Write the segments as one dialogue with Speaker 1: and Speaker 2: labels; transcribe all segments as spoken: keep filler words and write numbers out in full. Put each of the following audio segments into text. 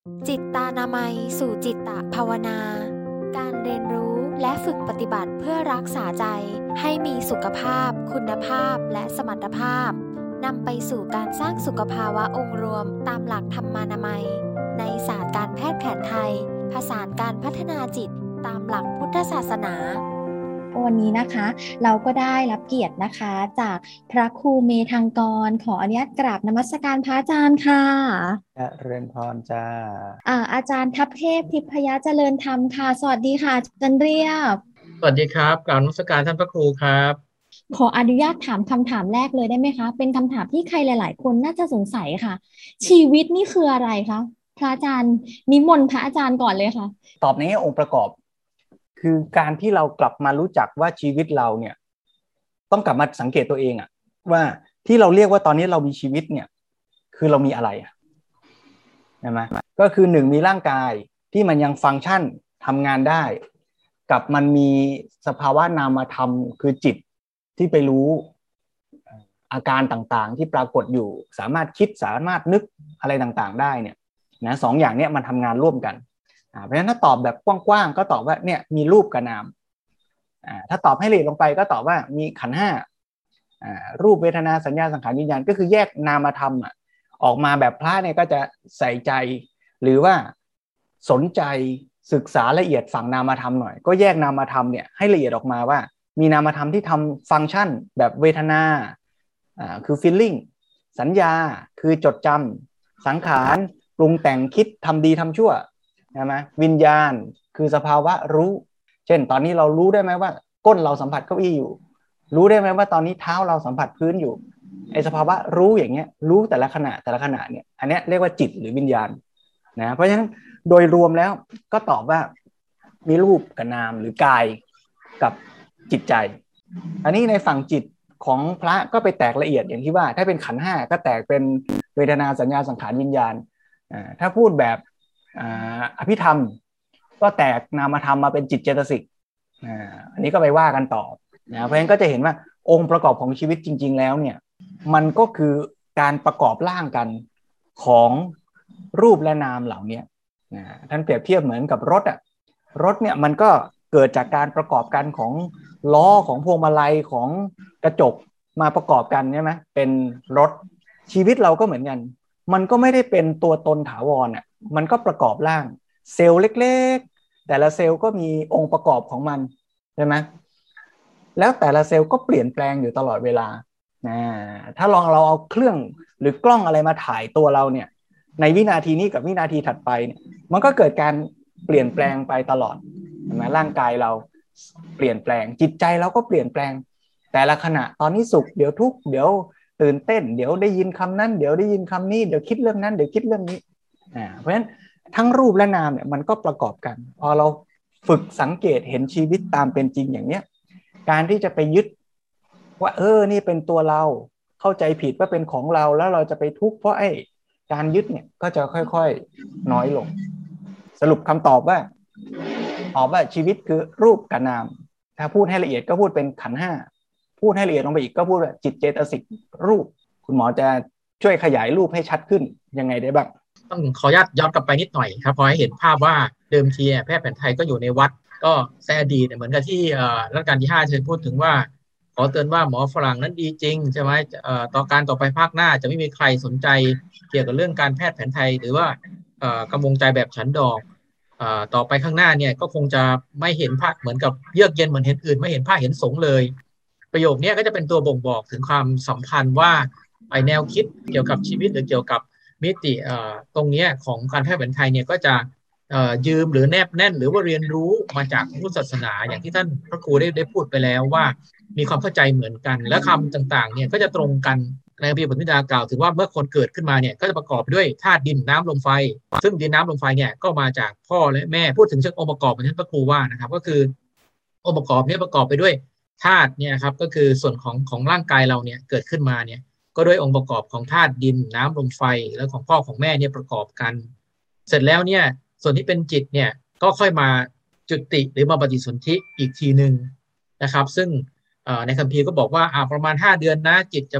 Speaker 1: จิตตานามัยสู่จิตตภาวนาการเรียนรู้และฝึกปฏิบัติเพื่อรักษาใจให้มีสุขภาพคุณภาพและสมรรถภาพนำไปสู่การสร้างสุขภาวะองค์รวมตามหลักธรรมานามัยในศาสตร์การแพทย์แผนไทยผสานการพัฒนาจิตตามหลักพุทธศาสนา
Speaker 2: วันนี้นะคะเราก็ได้รับเกียรตินะคะจากพระครูเมธังกรขออนุญาตกราบนมัสการพระอาจารย์ค่ะ
Speaker 3: เจริญพรจ้า
Speaker 2: อ่าอาจารย์ทัพเทพทิพยเจริญธรรมค่ะสวัสดีค่ะอาจารย์เรียบ
Speaker 4: สวัสดีครับกราบนมัสการท่านพระครูครับ
Speaker 2: ขออนุญาตถามคำถามแรกเลยได้ไหมคะเป็นคำถามที่ใครหลายๆคนน่าจะสงสัยค่ะชีวิตนี่คืออะไรคะพระอาจารย์นิมนต์พระอาจารย์ก่อนเลยค่ะ
Speaker 3: ตอบในองค์ประกอบคือการที่เรากลับมารู้จักว่าชีวิตเราเนี่ยต้องกลับมาสังเกตตัวเองอะว่าที่เราเรียกว่าตอนนี้เรามีชีวิตเนี่ยคือเรามีอะไรอะใช่ไหมก็คือหนึ่งมีร่างกายที่มันยังฟังก์ชันทำงานได้กับมันมีสภาวะนามธรรมคือจิตที่ไปรู้อาการต่างๆที่ปรากฏอยู่สามารถคิดสามารถนึกอะไรต่างๆได้เนี่ยนะสองอย่างเนี้ยมันทำงานร่วมกันเพราะฉะนั้นถ้าตอบแบบกว้างๆก็ตอบว่าเนี่ยมีรูปกับนามถ้าตอบให้ละเอียดลงไปก็ตอบว่ามีขันธ์ห้ารูปเวทนาสัญญาสังขารวิญญาณก็คือแยกนามธรรมออกมาแบบพระเนี่ยก็จะใส่ใจหรือว่าสนใจศึกษาละเอียดฝั่งนามธรรมหน่อยก็แยกนามธรรมเนี่ยให้ละเอียดออกมาว่ามีนามธรรมที่ทำฟังก์ชันแบบเวทนาคือ feeling สัญญาคือจดจำสังขารปรุงแต่งคิดทำดีทำชั่วใช่ไหมวิญญาณคือสภาวะรู้เช่นตอนนี้เรารู้ได้ไหมว่าก้นเราสัมผัสเก้าอี้อยู่รู้ได้ไหมว่าตอนนี้เท้าเราสัมผัสพื้นอยู่ไอสภาวะรู้อย่างเงี้ยรู้แต่ละขณะแต่ละขณะเนี่ยอันเนี้ยเรียกว่าจิตหรือวิญญาณนะเพราะฉะนั้นโดยรวมแล้วก็ตอบว่ามีรูปกับนามหรือกายกับจิตใจอันนี้ในฝั่งจิตของพระก็ไปแตกละเอียดอย่างที่ว่าถ้าเป็นขันธ์ห้าก็แตกเป็นเวทนาสัญญาสังขารวิญญาณถ้าพูดแบบอภิธรรมก็แตกนามธรรมมาเป็นจิตเจตสิกอันนี้ก็ไปว่ากันต่อนะเพราะฉะนั้นก็จะเห็นว่าองค์ประกอบของชีวิตจริงๆแล้วเนี่ยมันก็คือการประกอบร่างกันของรูปและนามเหล่านี้นะท่านเปรียบเทียบเหมือนกับรถอ่ะรถเนี่ยมันก็เกิดจากการประกอบกันของล้อของพวงมาลัยของกระจกมาประกอบกันใช่ไหมเป็นรถชีวิตเราก็เหมือนกันมันก็ไม่ได้เป็นตัวตนถาวรอ่ะมันก็ประกอบร่างเซลล์เล็กๆแต่ละเซลล์ก็มีองค์ประกอบของมันใช่ไหมแล้วแต่ละเซลล์ก็เปลี่ยนแปลงอยู่ตลอดเวลานะถ้าลองเราเอาเครื่องหรือกล้องอะไรมาถ่ายตัวเราเนี่ยในวินาทีนี้กับวินาทีถัดไปเนี่ยมันก็เกิดการเปลี่ยนแปลงไปตลอดใช่ไหมร่างกายเราเปลี่ยนแปลงจิตใจเราก็เปลี่ยนแปลงแต่ละขณะตอนนี้สุขเดี๋ยวทุกข์เดี๋ยวตื่นเต้นเดี๋ยวได้ยินคำนั้นเดี๋ยวได้ยินคำนี้เดี๋ยวคิดเรื่องนั้นเดี๋ยวคิดเรื่องนี้อ่าเพราะฉะนั้นทั้งรูปและนามเนี่ยมันก็ประกอบกันพอเราฝึกสังเกตเห็นชีวิตตามเป็นจริงอย่างเนี้ยการที่จะไปยึดว่าเออนี่เป็นตัวเราเข้าใจผิดว่าเป็นของเราแล้วเราจะไปทุกข์เพราะไอ้การยึดเนี่ยก็จะค่อยๆน้อยลงสรุปคำตอบว่าตอบว่าชีวิตคือรูปกับนามถ้าพูดให้ละเอียดก็พูดเป็นขันธ์ห้าพูดให้ละเอียดลงไปอีกก็พูดว่าจิตเจตสิกรูปคุณหมอจะช่วยขยายรูปให้ชัดขึ้นยังไงได้บ้าง
Speaker 4: ต้องขออนุญาตย้อนกลับไปนิดหน่อยครับพอให้เห็นภาพว่าเดิมทีแพทย์แผนไทยก็อยู่ในวัดก็ในอดีตเหมือนกับที่รัชกาลที่ห้าเคยพูดถึงว่าขอเตือนว่าหมอฝรั่งนั้นดีจริงใช่ไหมต่อการต่อไปภาคหน้าจะไม่มีใครสนใจเกี่ยวกับเรื่องการแพทย์แผนไทยหรือว่ากำวงใจแบบฉันดอกต่อไปข้างหน้าเนี่ยก็คงจะไม่เห็นภาพเหมือนกับเยือกเย็นเหมือนเห็นอื่นไม่เห็นผ้าเห็นสงเลยประโยคนี้ก็จะเป็นตัวบ่งบอกถึงความสัมพันธ์ว่าไอแนวคิดเกี่ยวกับชีวิตหรือเกี่ยวกับมิติตรงนี้ของการแพทย์แผนไทยเนี่ยก็จะยืมหรือแนบแน่นหรือว่าเรียนรู้มาจากพุทธศาสนาอย่างที่ท่านพระครูได้ได้พูดไปแล้วว่ามีความเข้าใจเหมือนกันและคำต่างๆเนี่ยก็จะตรงกันในคัมภีร์ปฐมวิดากล่าวถึงว่าเมื่อคนเกิดขึ้นมาเนี่ยก็จะประกอบด้วยธาตุดินน้ำลมไฟซึ่งดินน้ำลมไฟเนี่ยก็มาจากพ่อและแม่พูดถึงเชิงองค์ประกอบเหมือนที่พระครูว่านะครับก็คือองค์ประกอบนี้ประกอบไปด้วยธาตุเนี่ยครับก็คือส่วนของของร่างกายเราเนี่ยเกิดขึ้นมาเนี่ยก็ด้วยองค์ประกอบของธาตุดินน้ำลมไฟแล้วของพ่อของแม่เนี่ยประกอบกันเสร็จแล้วเนี่ยส่วนที่เป็นจิตเนี่ยก็ค่อยมาจุติหรือมาปฏิสนธิอีกทีนึงนะครับซึ่งในคัมภีร์ก็บอกว่าประมาณห้าเดือนนะจิตจะมา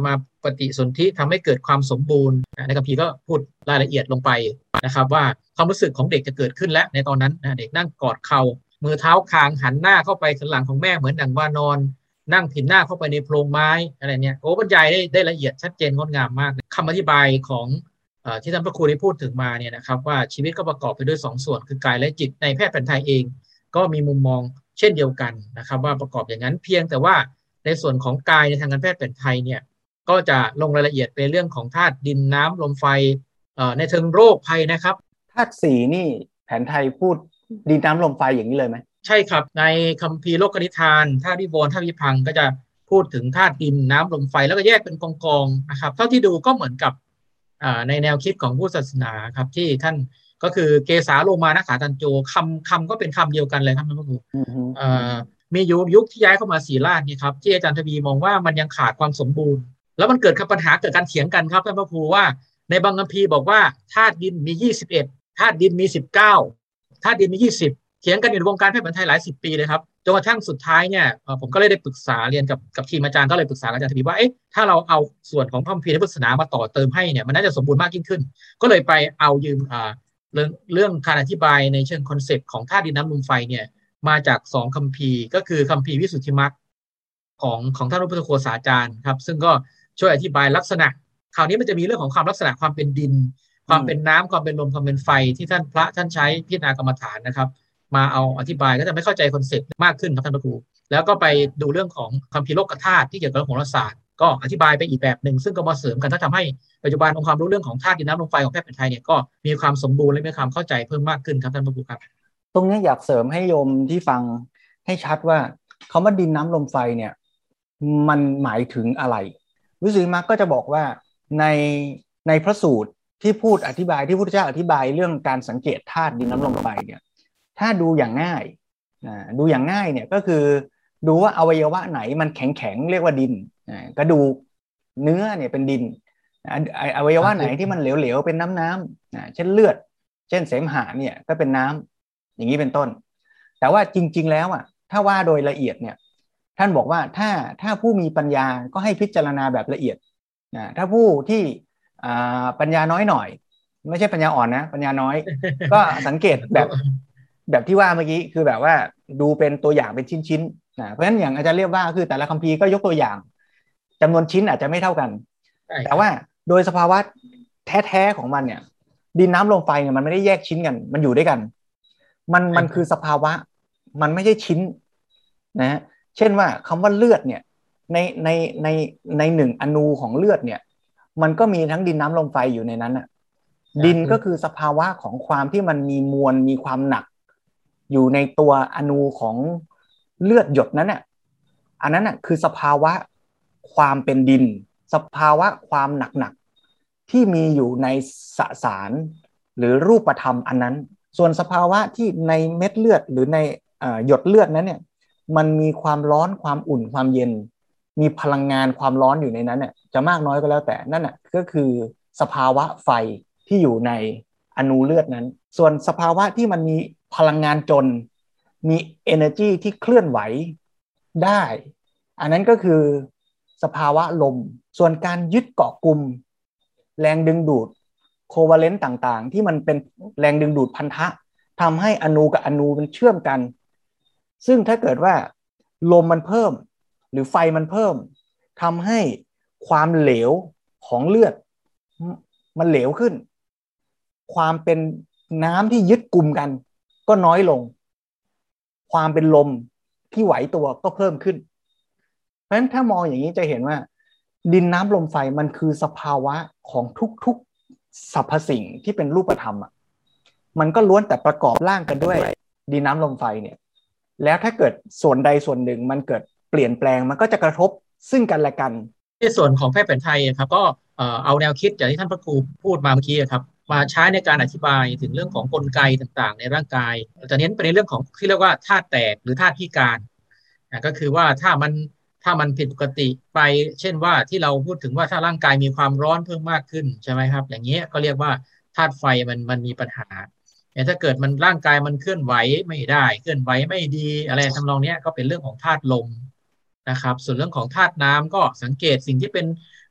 Speaker 4: ปฏิสนธิทำให้เกิดความสมบูรณ์ในคัมภีร์ก็พูดรายละเอียดลงไปนะครับว่าความรู้สึกของเด็กจะเกิดขึ้นแล้วในตอนนั้นเด็กนั่งกอดเข่ามือเท้าคางหันหน้าเข้าไปสันหลังของแม่เหมือนดังว่านอนนั่งผินหน้าเข้าไปในโพรงไม้อะไรเนี่ยโอ้บรรยายได้ได้ละเอียดชัดเจนงดงามมากคำอธิบายของเอ่อที่ท่านพระครูได้พูดถึงมาเนี่ยนะครับว่าชีวิตก็ประกอบไปด้วยสองส่วนคือกายและจิตในแพทย์แผนไทยเองก็มีมุมมองเช่นเดียวกันนะครับว่าประกอบอย่างนั้นเพียงแต่ว่าในส่วนของกายในทางการแพทย์แผนไทยเนี่ยก็จะลงรายละเอียดเป็นเรื่องของธาตุดินน้ำลมไฟเอ่อในเชิงโรคภัยนะครับ
Speaker 3: ธาตุสี่นี่แผนไทยพูดดินน้ำลมไฟอย่างนี้เลยไหม
Speaker 4: ใช่ครับในคัมภีร์โลกนิทานธาตุวิโวลธาตุวิพังก็จะพูดถึงธาตุดินน้ำลมไฟแล้วก็แยกเป็นกองๆนะครับเท่าที่ดูก็เหมือนกับในแนวคิดของพุทธศาสนาครับที่ท่านก็คือเกสาโลมานะขาตันโจคำคำก็เป็นคำเดียวกันเลยครับท่านพระครูมียุคยุคที่ย้ายเข้ามาศรีราชนี่ครับที่อาจารย์ทวีมองว่ามันยังขาดความสมบูรณ์แล้วมันเกิดปัญหาเกิดการเถียงกันครับท่านพระครูว่าในบางคัมภีร์บอกว่าธาตุดินมียี่สิบเอ็ดธาตุดินมีสิบเก้าธาตุดินมียี่สิบเถียงกันอยู่ในวงการแพทย์แผนไทยหลายสิบปีเลยครับจนกระทั่งสุดท้ายเนี่ยผมก็เลยได้ปรึกษาเรียนกับกับทีมอาจารย์ก็เลยปรึกษาอาจารย์ทวีว่าเอ๊ะถ้าเราเอาส่วนของพระคัมภีร์พุทธศาสนามาต่อเติมให้เนี่ยมันน่าจะสมบูรณ์มากยิ่งขึ้นก็เลยไปเอายืมอ่าเรื่องเรื่องการอธิบายในเชิงคอนเซปต์ของธาตุดินน้ำลมไฟเนี่ยมาจากสองคัมภีร์ก็คือคัมภีร์วิสุทธิมรรคของของท่านพระพุทธโฆษาจารย์ครับซึ่งก็ช่วยอธิบายลักษณะคราวนี้มันจะมีเรื่องของความลักษณะความเป็นดินความเป็นน้ำความเป็นลมความเป็นไฟที่ท่านพระท่านใช้พิจารณากรรมฐานนะครับมาเอาอธิบายก็จะไม่เข้าใจคอนเซ็ปต์มากขึ้นครับท่านพระครูแล้วก็ไปดูเรื่องของคัมภีร์โลกธาตุที่เกี่ยวกับโหราศาสตร์ก็อธิบายไปอีกแบบหนึ่งซึ่งก็มาเสริมกันถ้าทำให้ปัจจุบันองค์ความรู้เรื่องของธาตุดินน้ำลมไฟของแพทย์แผนไทยเนี่ยก็มีความสมบูรณ์และมีความเข้าใจเพิ่มมากขึ้นครับท่านพระครูครับ
Speaker 3: ตรงนี้อยากเสริมให้โยมที่ฟังให้ชัดว่าคำว่าดินน้ำลมไฟเนี่ยมันหมายถึงอะไรวิสุทธิมรรคก็จะบอกว่าในในพระสูตรที่พูดอธิบายที่พระพุทธเจ้าอธิบายเรื่องการสังเกตธาตุดินน้ำลมไฟเนี่ยถ้าดูอย่างง่ายนะดูอย่างง่ายเนี่ยก็คือดูว่าอวัยวะไหนมันแข็งแข็งเรียกว่าดินนะกระดูกเนื้อเนี่ยเป็นดินนะอวัยวะไหนที่มันเหลวๆเป็นน้ำน้ำนะเช่นเลือดเช่นเสมหะเนี่ยก็เป็นน้ำอย่างนี้เป็นต้นแต่ว่าจริงๆแล้วอ่ะถ้าว่าโดยละเอียดเนี่ยท่านบอกว่าถ้าถ้าผู้มีปัญญาก็ให้พิจารณาแบบละเอียดนะถ้าผู้ที่ปัญญาน้อยหน่อยไม่ใช่ปัญญาอ่อนนะปัญญาน้อย ก็สังเกตแบบแบบที่ว่าเมื่อกี้คือแบบว่าดูเป็นตัวอย่างเป็นชิ้นๆนะเพราะฉะนั้นอย่างอาจารย์เรียกว่าคือแต่ละคัมภีร์ก็ยกตัวอย่างจำนวนชิ้นอาจจะไม่เท่ากันแต่ว่าโดยสภาวะแท้ๆของมันเนี่ยดินน้ำลมไฟเนี่ยมันไม่ได้แยกชิ้นกันมันอยู่ด้วยกันมันมันคือสภาวะมันไม่ใช่ชิ้นนะเช่นว่าคำว่าเลือดเนี่ยในในในในหนึ่งอนูของเลือดเนี่ยมันก็มีทั้งดินน้ำลมไฟอยู่ในนั้นอ่ะดินก็คือสภาวะของความที่มันมีมวลมีความหนักอยู่ในตัวอนูของเลือดหยดนั้นน่ะอันนั้นน่ะคือสภาวะความเป็นดินสภาวะความหนักๆที่มีอยู่ในสสารหรือรูปธรรมอันนั้นส่วนสภาวะที่ในเม็ดเลือดหรือในหยดเลือดนั้นเนี่ยมันมีความร้อนความอุ่นความเย็นมีพลังงานความร้อนอยู่ในนั้นเนี่ยจะมากน้อยก็แล้วแต่นั่นน่ะก็คือสภาวะไฟที่อยู่ในอนูเลือดนั้นส่วนสภาวะที่มันมีพลังงานจนมี energy ที่เคลื่อนไหวได้อันนั้นก็คือสภาวะลมส่วนการยึดเกาะกลุ่มแรงดึงดูดโควาเลนต์ต่างๆที่มันเป็นแรงดึงดูดพันธะทำให้อนูกับอนูมันเชื่อมกันซึ่งถ้าเกิดว่าลมมันเพิ่มหรือไฟมันเพิ่มทำให้ความเหลวของเลือดมันเหลวขึ้นความเป็นน้ำที่ยึดกลุ่มกันก็น้อยลงความเป็นลมที่ไหวตัวก็เพิ่มขึ้นเพราะฉะนั้นถ้ามองอย่างนี้จะเห็นว่าดินน้ำลมไฟมันคือสภาวะของทุกๆสรรพสิ่งที่เป็นรูปธรรมอ่ะมันก็ล้วนแต่ประกอบร่างกันด้วยดินน้ำลมไฟเนี่ยแล้วถ้าเกิดส่วนใดส่วนหนึ่งมันเกิดเปลี่ยนแปลงมันก็จะกระทบซึ่งกันและกัน
Speaker 4: ในส่วนของแพทย์แผนไทยครับก็เอาแนวคิดจากที่ท่านพระครูพูดมาเมื่อกี้ครับมาใช้ในการอธิบายถึงเรื่องของกลไกต่างๆในร่างกายจะเน้นไปในเรื่องของที่เรียกว่าธาตุแตกหรือธาตุพิการก็คือว่าถ้ามันถ้ามันผิดปกติไปเช่นว่าที่เราพูดถึงว่าถ้าร่างกายมีความร้อนเพิ่มมากขึ้นใช่ไหมครับอย่างนี้ก็เรียกว่าธาตุไฟมันมันมีปัญหาแต่ถ้าเกิดมันร่างกายมันเคลื่อนไหวไม่ได้เคลื่อนไหวไม่ดีอะไรทำนองนี้ก็เป็นเรื่องของธาตุลมนะครับส่วนเรื่องของธาตุน้ำก็สังเกตสิ่งที่เป็น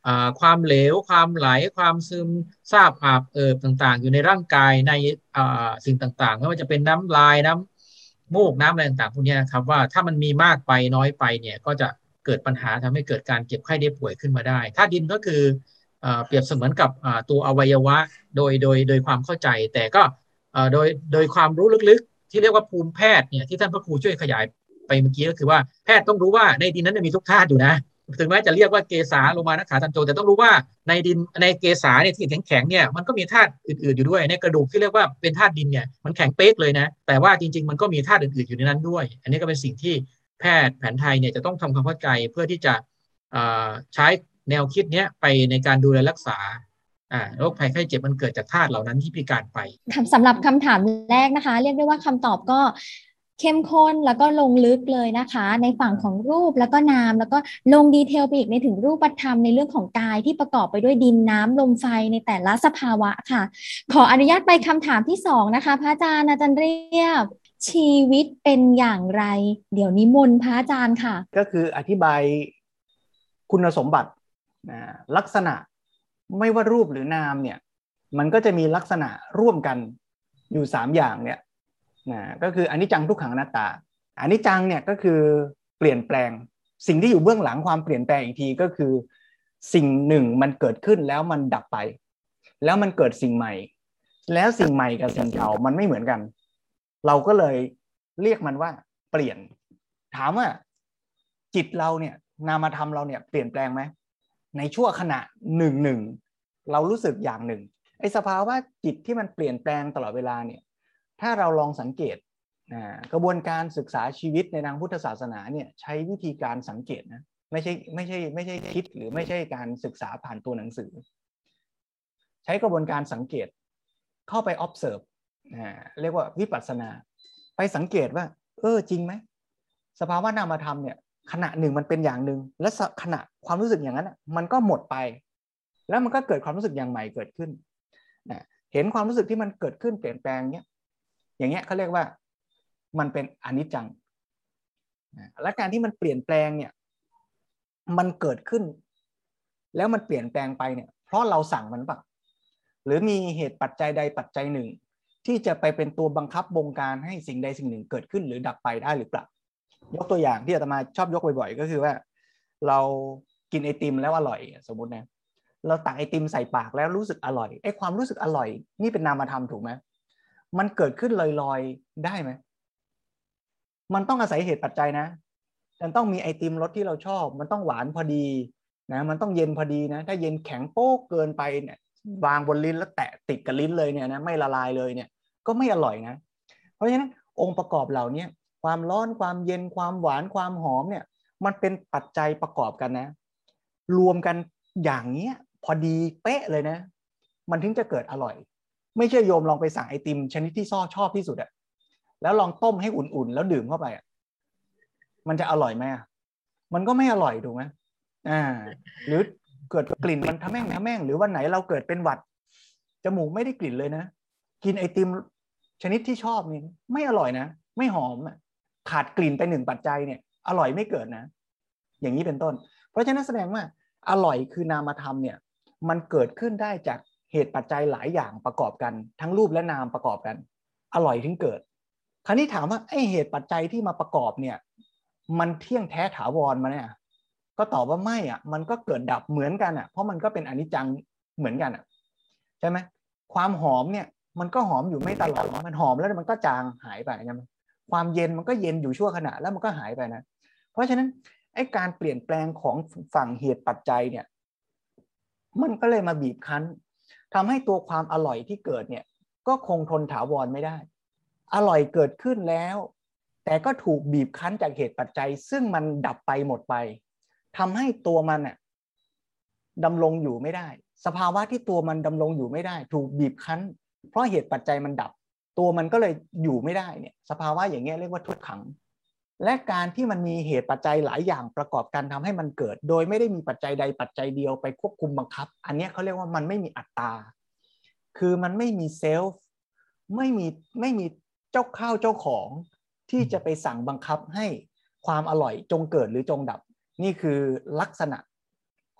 Speaker 4: ความเหลวความไหลความซึมซาบอาบเอิบต่างๆอยู่ในร่างกายในสิ่งต่างๆไม่ว่าจะเป็นน้ำลายน้ำมูกน้ำอะไรต่างๆพวกนี้นะครับว่าถ้ามันมีมากไปน้อยไปเนี่ยก็จะเกิดปัญหาทำให้เกิดการเจ็บไข้ได้ป่วยขึ้นมาได้ธาตุดินก็คือเปรียบเสมือนกับตัวอวัยวะโดยโดยโดยความเข้าใจแต่ก็โดยโดยความรู้ลึกๆที่เรียกว่าภูมิแพทย์เนี่ยที่ท่านพระครูช่วยขยายไปเมื่อกี้ก็คือว่าแพทย์ต้องรู้ว่าในดินนั้นมีทุกธาตุอยู่นะถึงแม้จะเรียกว่าเกสาโลมานักขาตันโจแต่ต้องรู้ว่าในดินในเกสาเนี่ยที่แข็งๆเนี่ยมันก็มีธาตุอื่นๆอยู่ด้วยในกระดูกที่เรียกว่าเป็นธาตุดินเนี่ยมันแข็งเป๊กเลยนะแต่ว่าจริงๆมันก็มีธาตุอื่นๆอยู่ในนั้นด้วยอันนี้ก็เป็นสิ่งที่แพทย์แผนไทยเนี่ยจะต้องทำความเข้าใจเพื่อที่จะใช้แนวคิดนี้ไปในการดูแลรักษาโรคภัยไข้เจ็บมันเกิดจากธาตุเหล่านั้นที่พิการไป
Speaker 2: สำหรับคำถามแรกนะคะเรียกได้ว่าคำตอบก็เข้มข้นแล้วก็ลงลึกเลยนะคะในฝั่งของรูปแล้วก็นามแล้วก็ลงดีเทลไปอีกในถึงรูปธรรมในเรื่องของกายที่ประกอบไปด้วยดินน้ำลมไฟในแต่ละสภาวะค่ะขออนุญาตไปคำถามที่สองนะคะพระอาจารย์อาจารย์เรียบชีวิตเป็นอย่างไรเดี๋ยวนิมนต์พระอาจารย์ค่ะ
Speaker 3: ก็คืออธิบายคุณสมบัติลักษณะไม่ว่ารูปหรือนามเนี่ยมันก็จะมีลักษณะร่วมกันอยู่สามอย่างเนี่ยนะก็คืออนิจจังทุกขังอนัตตาอนิจจังเนี่ยก็คือเปลี่ยนแปลงสิ่งที่อยู่เบื้องหลังความเปลี่ยนแปลงอีกทีก็คือสิ่งหนึ่งมันเกิดขึ้นแล้วมันดับไปแล้วมันเกิดสิ่งใหม่แล้วสิ่งใหม่กับสิ่งเก่ามันไม่เหมือนกันเราก็เลยเรียกมันว่าเปลี่ยนถามว่าจิตเราเนี่ยนามธรรมเราเนี่ยเปลี่ยนแปลงไหมในชั่วขณะหนึ่งหนึ่งเรารู้สึกอย่างหนึ่งไอ้สภาวะจิตที่มันเปลี่ยนแปลงตลอดเวลาเนี่ยถ้าเราลองสังเกตกระบวนการศึกษาชีวิตในทางพุทธศาสนาเนี่ยใช้วิธีการสังเกตนะไม่ใช่ไม่ใช่ไม่ใช่คิดหรือไม่ใช่การศึกษาผ่านตัวหนังสือใช้กระบวนการสังเกตเข้าไป observe เรียกว่าวิปัสสนาไปสังเกตว่าเออจริงไหมสภาวะนามธรรมเนี่ยขณะหนึ่งมันเป็นอย่างหนึ่งและขณะความรู้สึกอย่างนั้นมันก็หมดไปแล้วมันก็เกิดความรู้สึกอย่างใหม่เกิดขึ้นเห็นความรู้สึกที่มันเกิดขึ้นเปลี่ยนแปลงเนี้ยอย่างเงี้ยเขาเรียกว่ามันเป็นอนิจจังและการที่มันเปลี่ยนแปลงเนี่ยมันเกิดขึ้นแล้วมันเปลี่ยนแปลงไปเนี่ยเพราะเราสั่งมันปะหรือมีเหตุปัจจัยใดปัจจัยหนึ่งที่จะไปเป็นตัวบังคับบงการให้สิ่งใดสิ่งหนึ่งเกิดขึ้นหรือดับไปได้หรือเปล่ายกตัวอย่างที่อาตมาชอบยกบ่อยๆก็คือว่าเรากินไอติมแล้วอร่อยสมมุตินะเราตักไอติมใส่ปากแล้วรู้สึกอร่อยไอความรู้สึกอร่อยนี่เป็นนามธรรมถูกไหมมันเกิดขึ้นลอยๆได้ไหมมันต้องอาศัยเหตุปัจจัยนะมันต้องมีไอติมรสที่เราชอบมันต้องหวานพอดีนะมันต้องเย็นพอดีนะถ้าเย็นแข็งโป๊กเกินไปเนี่ยวางบนลิ้นแล้วแตะติดกับลิ้นเลยเนี่ยนะไม่ละลายเลยเนี่ยก็ไม่อร่อยนะเพราะฉะนั้นองค์ประกอบเหล่านี้ความร้อนความเย็นความหวานความหอมเนี่ยมันเป็นปัจจัยประกอบกันนะรวมกันอย่างเนี้ยพอดีเป๊ะเลยนะมันถึงจะเกิดอร่อยไม่เชื่อโยมลองไปสั่งไอติมชนิดที่ชอบชอบที่สุดอะแล้วลองต้มให้อุ่นๆแล้วดื่มเข้าไปอะมันจะอร่อยไหมอะมันก็ไม่อร่อยถูกไหมอ่าหรือเกิดกลิ่นมันทะแม่งทะแม่งหรือวันไหนเราเกิดเป็นหวัดจมูกไม่ได้กลิ่นเลยนะกินไอติมชนิดที่ชอบนี่ไม่อร่อยนะไม่หอมอะขาดกลิ่นไปหนึ่งปัจจัยเนี่ยอร่อยไม่เกิดนะอย่างนี้เป็นต้นเพราะฉะนั้นแสดงว่าอร่อยคือนามธรรมเนี่ยมันเกิดขึ้นได้จากเหตุปัจจัยหลายอย่างประกอบกันทั้งรูปและนามประกอบกันอร่อยถึงเกิดคราวนี้ถามว่าไอ้เหตุปัจจัยที่มาประกอบเนี่ยมันเที่ยงแท้ถาวรมาเนี่ยก็ตอบว่าไม่อ่ะมันก็เกิดดับเหมือนกันอ่ะเพราะมันก็เป็นอนิจจังเหมือนกันอ่ะใช่ไหมความหอมเนี่ยมันก็หอมอยู่ไม่ตลอดมันหอมแล้วมันก็จางหายไปใช่ไหมความเย็นมันก็เย็นอยู่ชั่วขณะแล้วมันก็หายไปนะเพราะฉะนั้นไอ้การเปลี่ยนแปลงของฝั่งเหตุปัจจัยเนี่ยมันก็เลยมาบีบคั้นทำให้ตัวความอร่อยที่เกิดเนี่ยก็คงทนถาวรไม่ได้อร่อยเกิดขึ้นแล้วแต่ก็ถูกบีบคั้นจากเหตุปัจจัยซึ่งมันดับไปหมดไปทำให้ตัวมันน่ะดำรงอยู่ไม่ได้สภาวะที่ตัวมันดำรงอยู่ไม่ได้ถูกบีบคั้นเพราะเหตุปัจจัยมันดับตัวมันก็เลยอยู่ไม่ได้เนี่ยสภาวะอย่างเงี้ยเรียกว่าทุกขังและการที่มันมีเหตุปัจจัยหลายอย่างประกอบกันทำให้มันเกิดโดยไม่ได้มีปัจจัยใดปัจจัยเดียวไปควบคุมบังคับอันนี้เขาเรียกว่ามันไม่มีอัตตาคือมันไม่มีเซลฟ์ไม่มีไม่มีเจ้าข้าวเจ้าของที่จะไปสั่งบังคับให้ความอร่อยจงเกิดหรือจงดับนี่คือลักษณะ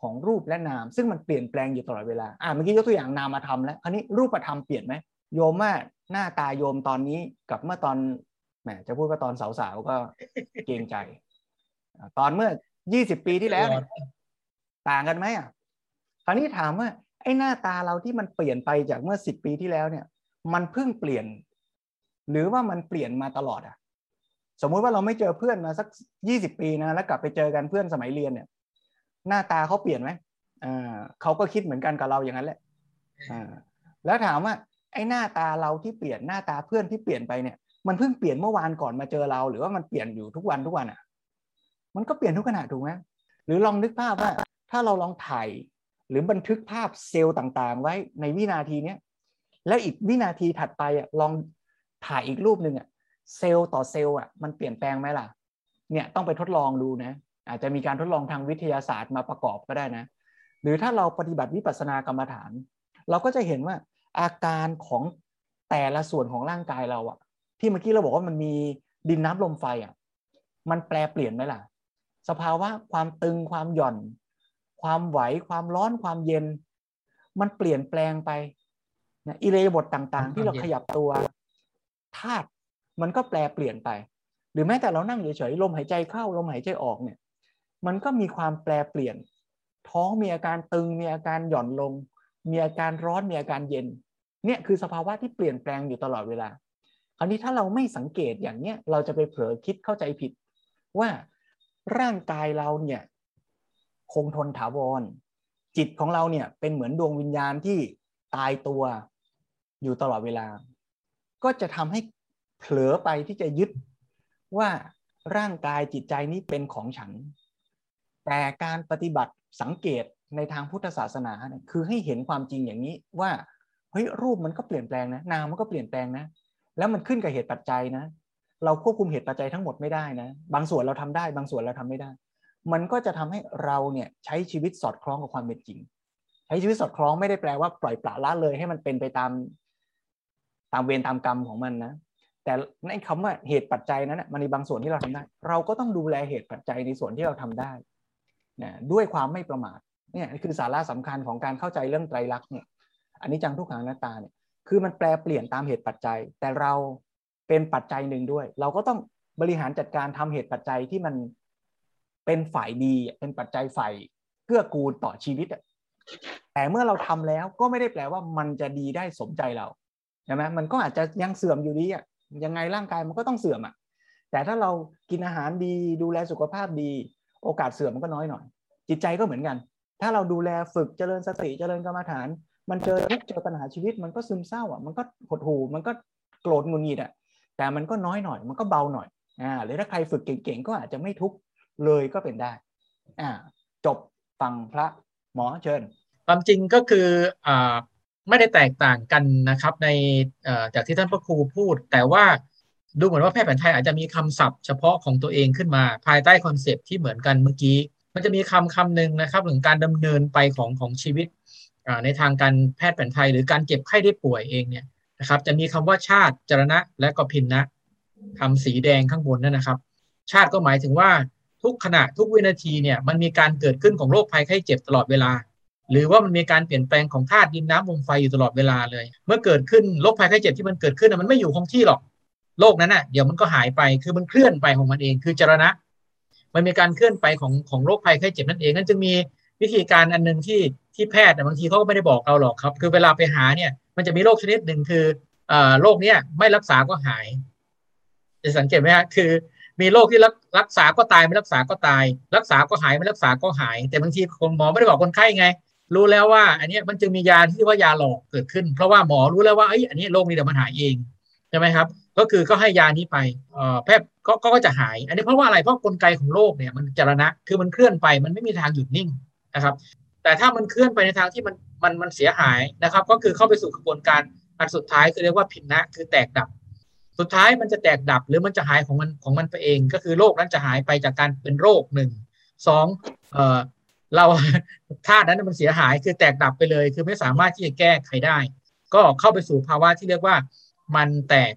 Speaker 3: ของรูปและนามซึ่งมันเปลี่ยนแปลงอยู่ตลอดเวลาอ่ะเมื่อกี้ยกตัวอย่างนามธรรมแล้วคราวนี้รูปธรรมเปลี่ยนไหมโยมว่าหน้าตาโยมตอนนี้กับเมื่อตอนแหมจะพูดว่าตอนสาวๆก็เกรงใจตอนเมื่อยี่สิบปีที่แล้วต่างกันไหมอ่ะคราวนี้ถามว่าไอ้หน้าตาเราที่มันเปลี่ยนไปจากเมื่อสิบปีที่แล้วเนี่ยมันเพิ่งเปลี่ยนหรือว่ามันเปลี่ยนมาตลอดอ่ะสมมุติว่าเราไม่เจอเพื่อนมาสักยี่สิบปีนะแล้วกลับไปเจอกันเพื่อนสมัยเรียนเนี่ยหน้าตาเขาเปลี่ยนไหมอ่าเขาก็คิดเหมือนกันกับเราอย่างนั้นแหละอ่าแล้วถามว่าไอ้หน้าตาเราที่เปลี่ยนหน้าตาเพื่อนที่เปลี่ยนไปเนี่ยมันเพิ่งเปลี่ยนเมื่อวานก่อนมาเจอเราหรือว่ามันเปลี่ยนอยู่ทุกวันทุกวันอ่ะมันก็เปลี่ยนทุกขณะถูกไหมหรือลองนึกภาพว่าถ้าเราลองถ่ายหรือบันทึกภาพเซลล์ต่างๆไว้ในวินาทีนี้แล้วอีกวินาทีถัดไปอ่ะลองถ่ายอีกรูปหนึ่งอ่ะเซลล์ต่อเซลล์อ่ะมันเปลี่ยนแปลงไหมล่ะเนี่ยต้องไปทดลองดูนะอาจจะมีการทดลองทางวิทยาศาสตร์มาประกอบก็ได้นะหรือถ้าเราปฏิบัติวิปัสสนากรรมฐานเราก็จะเห็นว่าอาการของแต่ละส่วนของร่างกายเราอ่ะที่เมื่อกี้เราบอกว่ามันมีดินน้ำลมไฟอ่ะมันแปลเปลี่ยนไหมล่ะสภาวะความตึงความหย่อนความไหวความร้อนความเย็นมันเปลี่ยนแปลงไปนะอิริยาบถต่างๆที่เราขยับตัวธาตุมันก็แปลเปลี่ยนไปหรือแม้แต่เรานั่งเฉยๆลมหายใจเข้าลมหายใจออกเนี่ยมันก็มีความแปลเปลี่ยนท้องมีอาการตึงมีอาการหย่อนลงมีอาการร้อนมีอาการเย็นเนี่ยคือสภาวะที่เปลี่ยนแปลงอยู่ตลอดเวลาคราวนี้ถ้าเราไม่สังเกตอย่างเนี้ยเราจะไปเผลอคิดเข้าใจผิดว่าร่างกายเราเนี่ยคงทนถาวรจิตของเราเนี่ยเป็นเหมือนดวงวิญญาณที่ตายตัวอยู่ตลอดเวลาก็จะทำให้เผลอไปที่จะยึดว่าร่างกายจิตใจนี้เป็นของฉันแต่การปฏิบัติสังเกตในทางพุทธศาสนาเนี่ยคือให้เห็นความจริงอย่างนี้ว่าเฮ้ยรูปมันก็เปลี่ยนแปลงนะนามมันก็เปลี่ยนแปลงนะแล้วมันขึ้นกับเหตุปัจจัยนะเราควบคุมเหตุปัจจัยทั้งหมดไม่ได้นะบางส่วนเราทำได้บางส่วนเราทำไม่ได้มันก็จะทำให้เราเนี่ยใช้ชีวิตสอดคล้องกับความเป็นจริงใช้ชีวิตสอดคล้องไม่ได้แปลว่าปล่อยปละละเลยให้มันเป็นไปตามตามเวรตามกรรมของมันนะแต่ในคำว่าเหตุปัจจัยนั้นนะมันมีบางส่วนที่เราทำได้เราก็ต้องดูแลเหตุปัจจัยในส่วนที่เราทำได้นะด้วยความไม่ประมาทเนี่ยคือสาระสำคัญของการเข้าใจเรื่องไตรลักษณ์เนี่ยอันนี้จังทุกขังอนัตตาเนี่ยคือมันแปลเปลี่ยนตามเหตุปัจจัยแต่เราเป็นปัจจัยหนึ่งด้วยเราก็ต้องบริหารจัดการทำเหตุปัจจัยที่มันเป็นฝ่ายดีเป็นปัจจัยฝ่ายเกื้อกูลต่อชีวิตแต่เมื่อเราทำแล้วก็ไม่ได้แปลว่ามันจะดีได้สมใจเราใช่ไหมมันก็อาจจะยังเสื่อมอยู่ดีอ่ะยังไงร่างกายมันก็ต้องเสื่อมอ่ะแต่ถ้าเรากินอาหารดีดูแลสุขภาพดีโอกาสเสื่อมมันก็น้อยหน่อยจิตใจก็เหมือนกันถ้าเราดูแลฝึกเจริญสติเจริญกรรมฐานมันเจอทุกเจอปัญหาชีวิตมันก็ซึมเศร้าอ่ะมันก็หดหู่มันก็โกรธงุนงิดอ่ะแต่มันก็น้อยหน่อยมันก็เบาหน่อยอ่าหรือถ้าใครฝึกเก่งๆก็อาจจะไม่ทุกข์เลยก็เป็นได้อ่าจบฟังพระหมอเชิญ
Speaker 4: ความจริงก็คืออ่าไม่ได้แตกต่างกันนะครับในจากที่ท่านพระครูพูดแต่ว่าดูเหมือนว่าแพทย์แผนไทยอาจจะมีคำศัพท์เฉพาะของตัวเองขึ้นมาภายใต้คอนเซปต์ที่เหมือนกันเมื่อกี้มันจะมีคำคำหนึ่งนะครับถึงการดำเนินไปของของชีวิตในทางการแพทย์แผนไทยหรือการเจ็บไข้ได้ป่วยเองเนี่ยนะครับจะมีคำว่าชาติจรณะและก็พินนะคำสีแดงข้างบนนั่นนะครับชาติก็หมายถึงว่าทุกขณะทุกวินาทีเนี่ยมันมีการเกิดขึ้นของโรคภัยไข้เจ็บตลอดเวลาหรือว่ามันมีการเปลี่ยนแปลงของธาตุดินน้ำลมไฟอยู่ตลอดเวลาเลยเมื่อเกิดขึ้นโรคภัยไข้เจ็บที่มันเกิดขึ้นมันไม่อยู่คงที่หรอกโรคนั้นน่ะเดี๋ยวมันก็หายไปคือมันเคลื่อนไปของมันเองคือจรณะมันมีการเคลื่อนไปของของโรคภัยไข้เจ็บนั่นเองนั่นจึงมีวิธีการอันนึงที่ที่แพทย์บางทีเขาก็ไม่ได้บอกเราหรอกครับคือเวลาไปหาเนี่ยมันจะมีโรคชนิดหนึ่งคือเอ่อโรคเนี้ยไม่รักษาก็หายจะสังเกตไหมฮะคือมีโรคที่รักษาก็ตายไม่รักษาก็ตายรักษาก็หายไม่รักษาก็หายแต่บางทีคนหมอไม่ได้บอกคนไข้ไงรู้แล้วว่าอันนี้มันจึงมียาที่ว่ายาหลอกเกิดขึ้นเพราะว่าหมอรู้แล้วว่าไอ้อันนี้โรคนี้เดี๋ยวมันหายเองใช่ไหมครับก็คือก็ให้ยานี้ไปแพทย์ก็ก็จะหายอันนี้เพราะว่าอะไรเพราะกลไกของโรคเนี่ยมันจรณะคือมันเคลื่อนไปมันไม่มีทางหยุดนิ่งนะครับแต่ถ้ามันเคลื่อนไปในทางที่มันมันมันเสียหายนะครับก็คือเข้าไปสู่กระบวนการอันสุดท้ายคือเรียกว่าพินนะคือแตกดับสุดท้ายมันจะแตกดับหรือมันจะหายของมันของมันไปเองก็คือโรคนั้นจะหายไปจากการเป็นโรคหนึ่งสองเอ่อเราธาตุนั้นมันเสียหายคือแตกดับไปเลยคือไม่สามารถที่จะแก้ไขได้ก็เข้าไปสู่ภาวะที่เรียกว่ามันแตก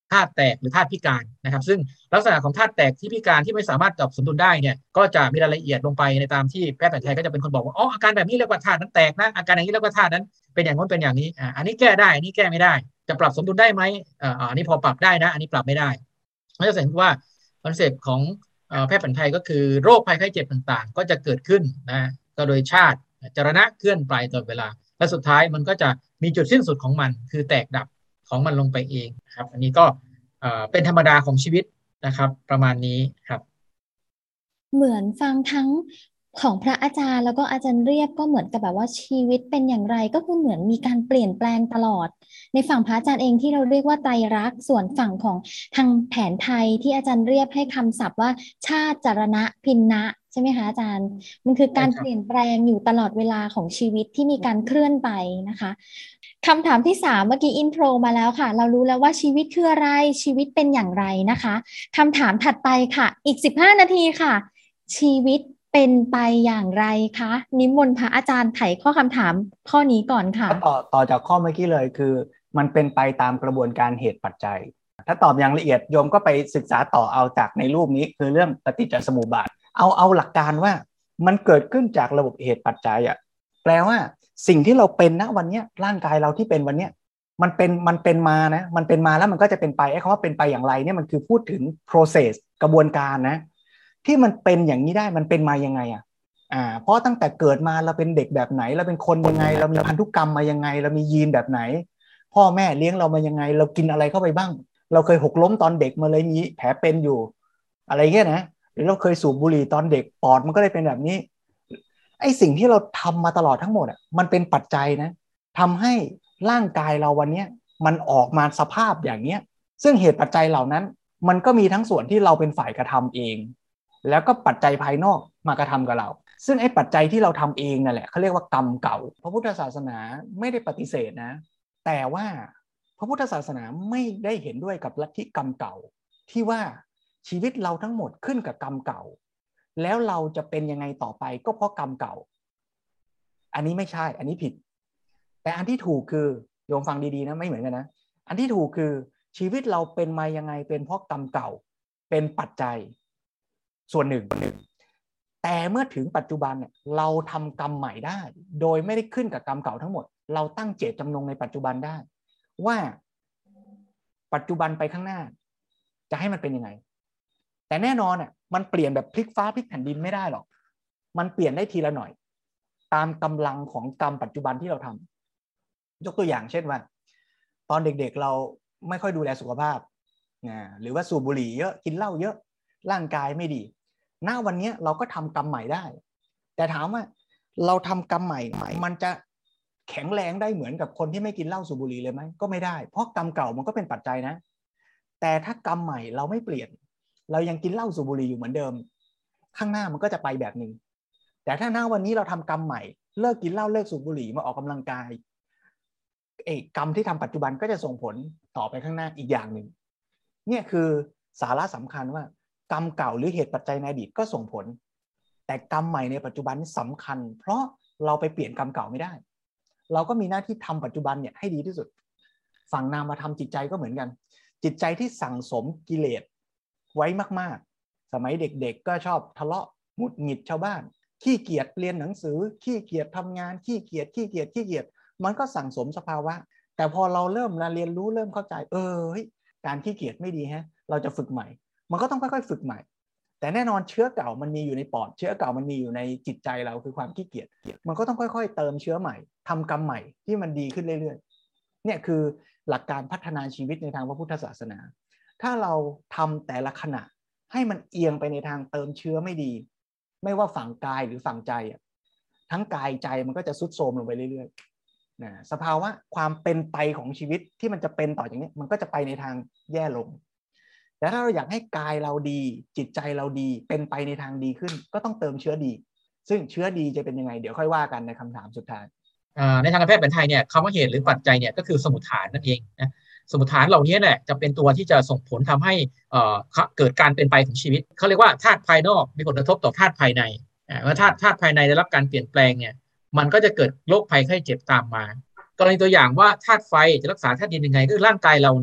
Speaker 4: ธาตุแตกหรือธาตุพิการนะครับซึ่งลักษณะของธาตุแตกที่พิการที่ไม่สามารถปรับสมดุลได้เนี่ยก็จะมีรายละเอียดลงไปในตามที่แพทย์แผนไทยก็จะเป็นคนบอกว่าอ๋ออาการแบบนี้เรียกว่าธาตุนั้นแตกนะอาการอย่างนี้เรียกว่าธาตุนั้นเป็นอย่างนู้นเป็นอย่างนี้อ่าอันนี้แก้ได้อันนี้แก้ไม่ได้จะปรับสมดุลได้ไหมอ่าอันนี้พอปรับได้นะอันนี้ปรับไม่ได้เราจะเห็นว่าคอนเซปต์ของแพทย์แผนไทยก็คือโรคภัยไข้เจ็บต่างๆก็จะเกิดขึ้นนะก็โดยชาติจรณะเคลื่อนไปตลอดเวลาและสุดท้ายมันก็จะมีจุดสิ้นสุดของมันคือแตกดับของมันลงไปเองครับอันนี้ก็เป็นธรรมดาของชีวิตนะครับประมาณนี้ครับ
Speaker 2: เหมือนฟังทั้งของพระอาจารย์แล้วก็อาจารย์เรียบก็เหมือนกับแบบว่าชีวิตเป็นอย่างไรก็คือเหมือนมีการเปลี่ยนแปลงตลอดในฝั่งพระอาจารย์เองที่เราเรียกว่าไตรลักษณ์ส่วนฝั่งของทางแผนไทยที่อาจารย์เรียบให้คำศัพท์ว่าชาติจรณะพินนะใช่ไหมคะอาจารย์มันคือการเปลี่ยนแปลงอยู่ตลอดเวลาของชีวิตที่มีการเคลื่อนไปนะคะคำถามที่สามเมื่อกี้อินโทรมาแล้วค่ะเรารู้แล้วว่าชีวิตคืออะไรชีวิตเป็นอย่างไรนะคะคำถามถัดไปค่ะอีกสิบห้านาทีค่ะชีวิตเป็นไปอย่างไรคะนิมนต์พระอาจารย์ไขข้อคำถามข้อนี้ก่อนค่ะ
Speaker 3: ต่อต่อจากข้อเมื่อกี้เลยคือมันเป็นไปตามกระบวนการเหตุปัจจัยถ้าตอบอย่างละเอียดโยมก็ไปศึกษาต่อเอาจากในรูปนี้คือเรื่องปฏิจจสมุปบาทเอาเอาหลักการว่ามันเกิดขึ้นจากระบบเหตุปัจจัยอ่ะแปลว่าสิ่งที่เราเป็นณวันนี้ร่างกายเราที่เป็นวันนี้มันเป็นมันเป็นมานะมันเป็นมาแล้วมันก็จะเป็นไปไอ้คำว่าเป็นไปอย่างไรเนี่ยมันคือพูดถึง process กระบวนการนะที่มันเป็นอย่างนี้ได้มันเป็นมายังไงอ่ะอ่าเพราะตั้งแต่เกิดมาเราเป็นเด็กแบบไหนเราเป็นคนยังไงเรามีพันธุกรรมมายังไงเรามียีนแบบไหนพ่อแม่เลี้ยงเรามายังไงเรากินอะไรเข้าไปบ้างเราเคยหกล้มตอนเด็กมาเลยมีแผลเป็นอยู่อะไรเงี้ยนะหรือเราเคยสูบบุหรี่ตอนเด็กปอดมันก็เลยเป็นแบบนี้ไอ้สิ่งที่เราทำมาตลอดทั้งหมดอ่ะมันเป็นปัจจัยนะทำให้ร่างกายเราวันนี้มันออกมาสภาพอย่างเนี้ยซึ่งเหตุปัจจัยเหล่านั้นมันก็มีทั้งส่วนที่เราเป็นฝ่ายกระทำเองแล้วก็ปัจจัยภายนอกมากระทำกับเราซึ่งไอ้ปัจจัยที่เราทำเองนั่นแหละเขาเรียกว่ากรรมเก่าพระพุทธศาสนาไม่ได้ปฏิเสธนะแต่ว่าพระพุทธศาสนาไม่ได้เห็นด้วยกับลัทธิกรรมเก่าที่ว่าชีวิตเราทั้งหมดขึ้นกับกรรมเก่าแล้วเราจะเป็นยังไงต่อไปก็เพราะกรรมเก่าอันนี้ไม่ใช่อันนี้ผิดแต่อันที่ถูกคือโยมฟังดีๆนะไม่เหมือนกันนะอันที่ถูกคือชีวิตเราเป็นมายังไงเป็นเพราะกรรมเก่าเป็นปัจจัยส่วนหนึ่งแต่เมื่อถึงปัจจุบันเนี่ยเราทำกรรมใหม่ได้โดยไม่ได้ขึ้นกับกรรมเก่าทั้งหมดเราตั้งเจตจำนงในปัจจุบันได้ว่าปัจจุบันไปข้างหน้าจะให้มันเป็นยังไงแต่แน่นอนอ่ะมันเปลี่ยนแบบพลิกฟ้าพลิกแผ่นดินไม่ได้หรอกมันเปลี่ยนได้ทีละหน่อยตามกำลังของกรรมปัจจุบันที่เราทำยกตัวอย่างเช่นว่าตอนเด็กๆเราไม่ค่อยดูแลสุขภาพนะหรือว่าสูบบุหรี่เยอะกินเหล้าเยอะร่างกายไม่ดีณวันนี้เราก็ทำกรรมใหม่ได้แต่ถามว่าเราทำกรรมใหม่มันจะแข็งแรงได้เหมือนกับคนที่ไม่กินเหล้าสูบบุหรี่เลยไหมก็ไม่ได้เพราะกรรมเก่ามันก็เป็นปัจจัยนะแต่ถ้ากรรมใหม่เราไม่เปลี่ยนเรายังกินเหล้าสูบบุหรี่อยู่เหมือนเดิมข้างหน้ามันก็จะไปแบบนึงแต่ถ้าณวันนี้เราทำกรรมใหม่เลิกกินเหล้าเลิกสูบบุหรี่มาออกกำลังกายเอกกรรมที่ทำปัจจุบันก็จะส่งผลต่อไปข้างหน้าอีกอย่างหนึ่งเนี่ยคือสาระสำคัญว่ากรรมเก่าหรือเหตุปัจจัยในอดีตก็ส่งผลแต่กรรมใหม่ในปัจจุบันสำคัญเพราะเราไปเปลี่ยนกรรมเก่าไม่ได้เราก็มีหน้าที่ทำปัจจุบันเนี่ยให้ดีที่สุดฝั่งนามธรรมจิตใจก็เหมือนกันจิตใจที่สั่งสมกิเลสไว้มากๆสมัยเด็กๆก็ชอบทะเลาะหงุดหงิดชาวบ้านขี้เกียจเรียนหนังสือขี้เกียจทำงานขี้เกียจขี้เกียจขี้เกียจมันก็สั่งสมสภาวะแต่พอเราเริ่มเรียนรู้เริ่มเข้าใจเออการขี้เกียจไม่ดีฮะเราจะฝึกใหม่มันก็ต้องค่อยๆฝึกใหม่แต่แน่นอนเชื้อเก่ามันมีอยู่ในปอดเชื้อเก่ามันมีอยู่ในจิตใจเราคือความขี้เกียจมันก็ต้องค่อยๆเติมเชื้อใหม่ทำกรรมใหม่ที่มันดีขึ้นเรื่อยๆเนี่ยคือหลักการพัฒนาชีวิตในทางพระพุทธศาสนาถ้าเราทำแต่ละขณะให้มันเอียงไปในทางเติมเชื้อไม่ดีไม่ว่าฝั่งกายหรือฝั่งใจอ่ะทั้งกายใจมันก็จะทรุดโทรมลงไปเรื่อยๆนะสภาวะความเป็นไปของชีวิตที่มันจะเป็นต่ออย่างนี้มันก็จะไปในทางแย่ลงแต่ถ้าเราอยากให้กายเราดีจิตใจเราดีเป็นไปในทางดีขึ้นก็ต้องเติมเชื้อดีซึ่งเชื้อดีจะเป็นยังไงเดี๋ยวค่อยว่ากันในคำถามสุดท้าย
Speaker 4: ในทางการแพทย์แผนไทยเนี่ยคำว่าเหตุหรือปัจจัยเนี่ยก็คือสมุฏฐานนั่นเองนะสมุฏฐานเหล่านี้แหละจะเป็นตัวที่จะส่งผลทำให้เกิดการเป็นไปของชีวิตเขาเรียกว่าธาตุภายนอกมีผลกระทบต่อธาตุภายในเมื่อธาตุธาตุภายในได้รับการเปลี่ยนแปลงเนี่ยมันก็จะเกิดโรคภัยไข้เจ็บตามมากรณีตัวอย่างว่าธาตุไฟจะรักษาธาตุดินยังไงคือร่างกายเราเนี่ย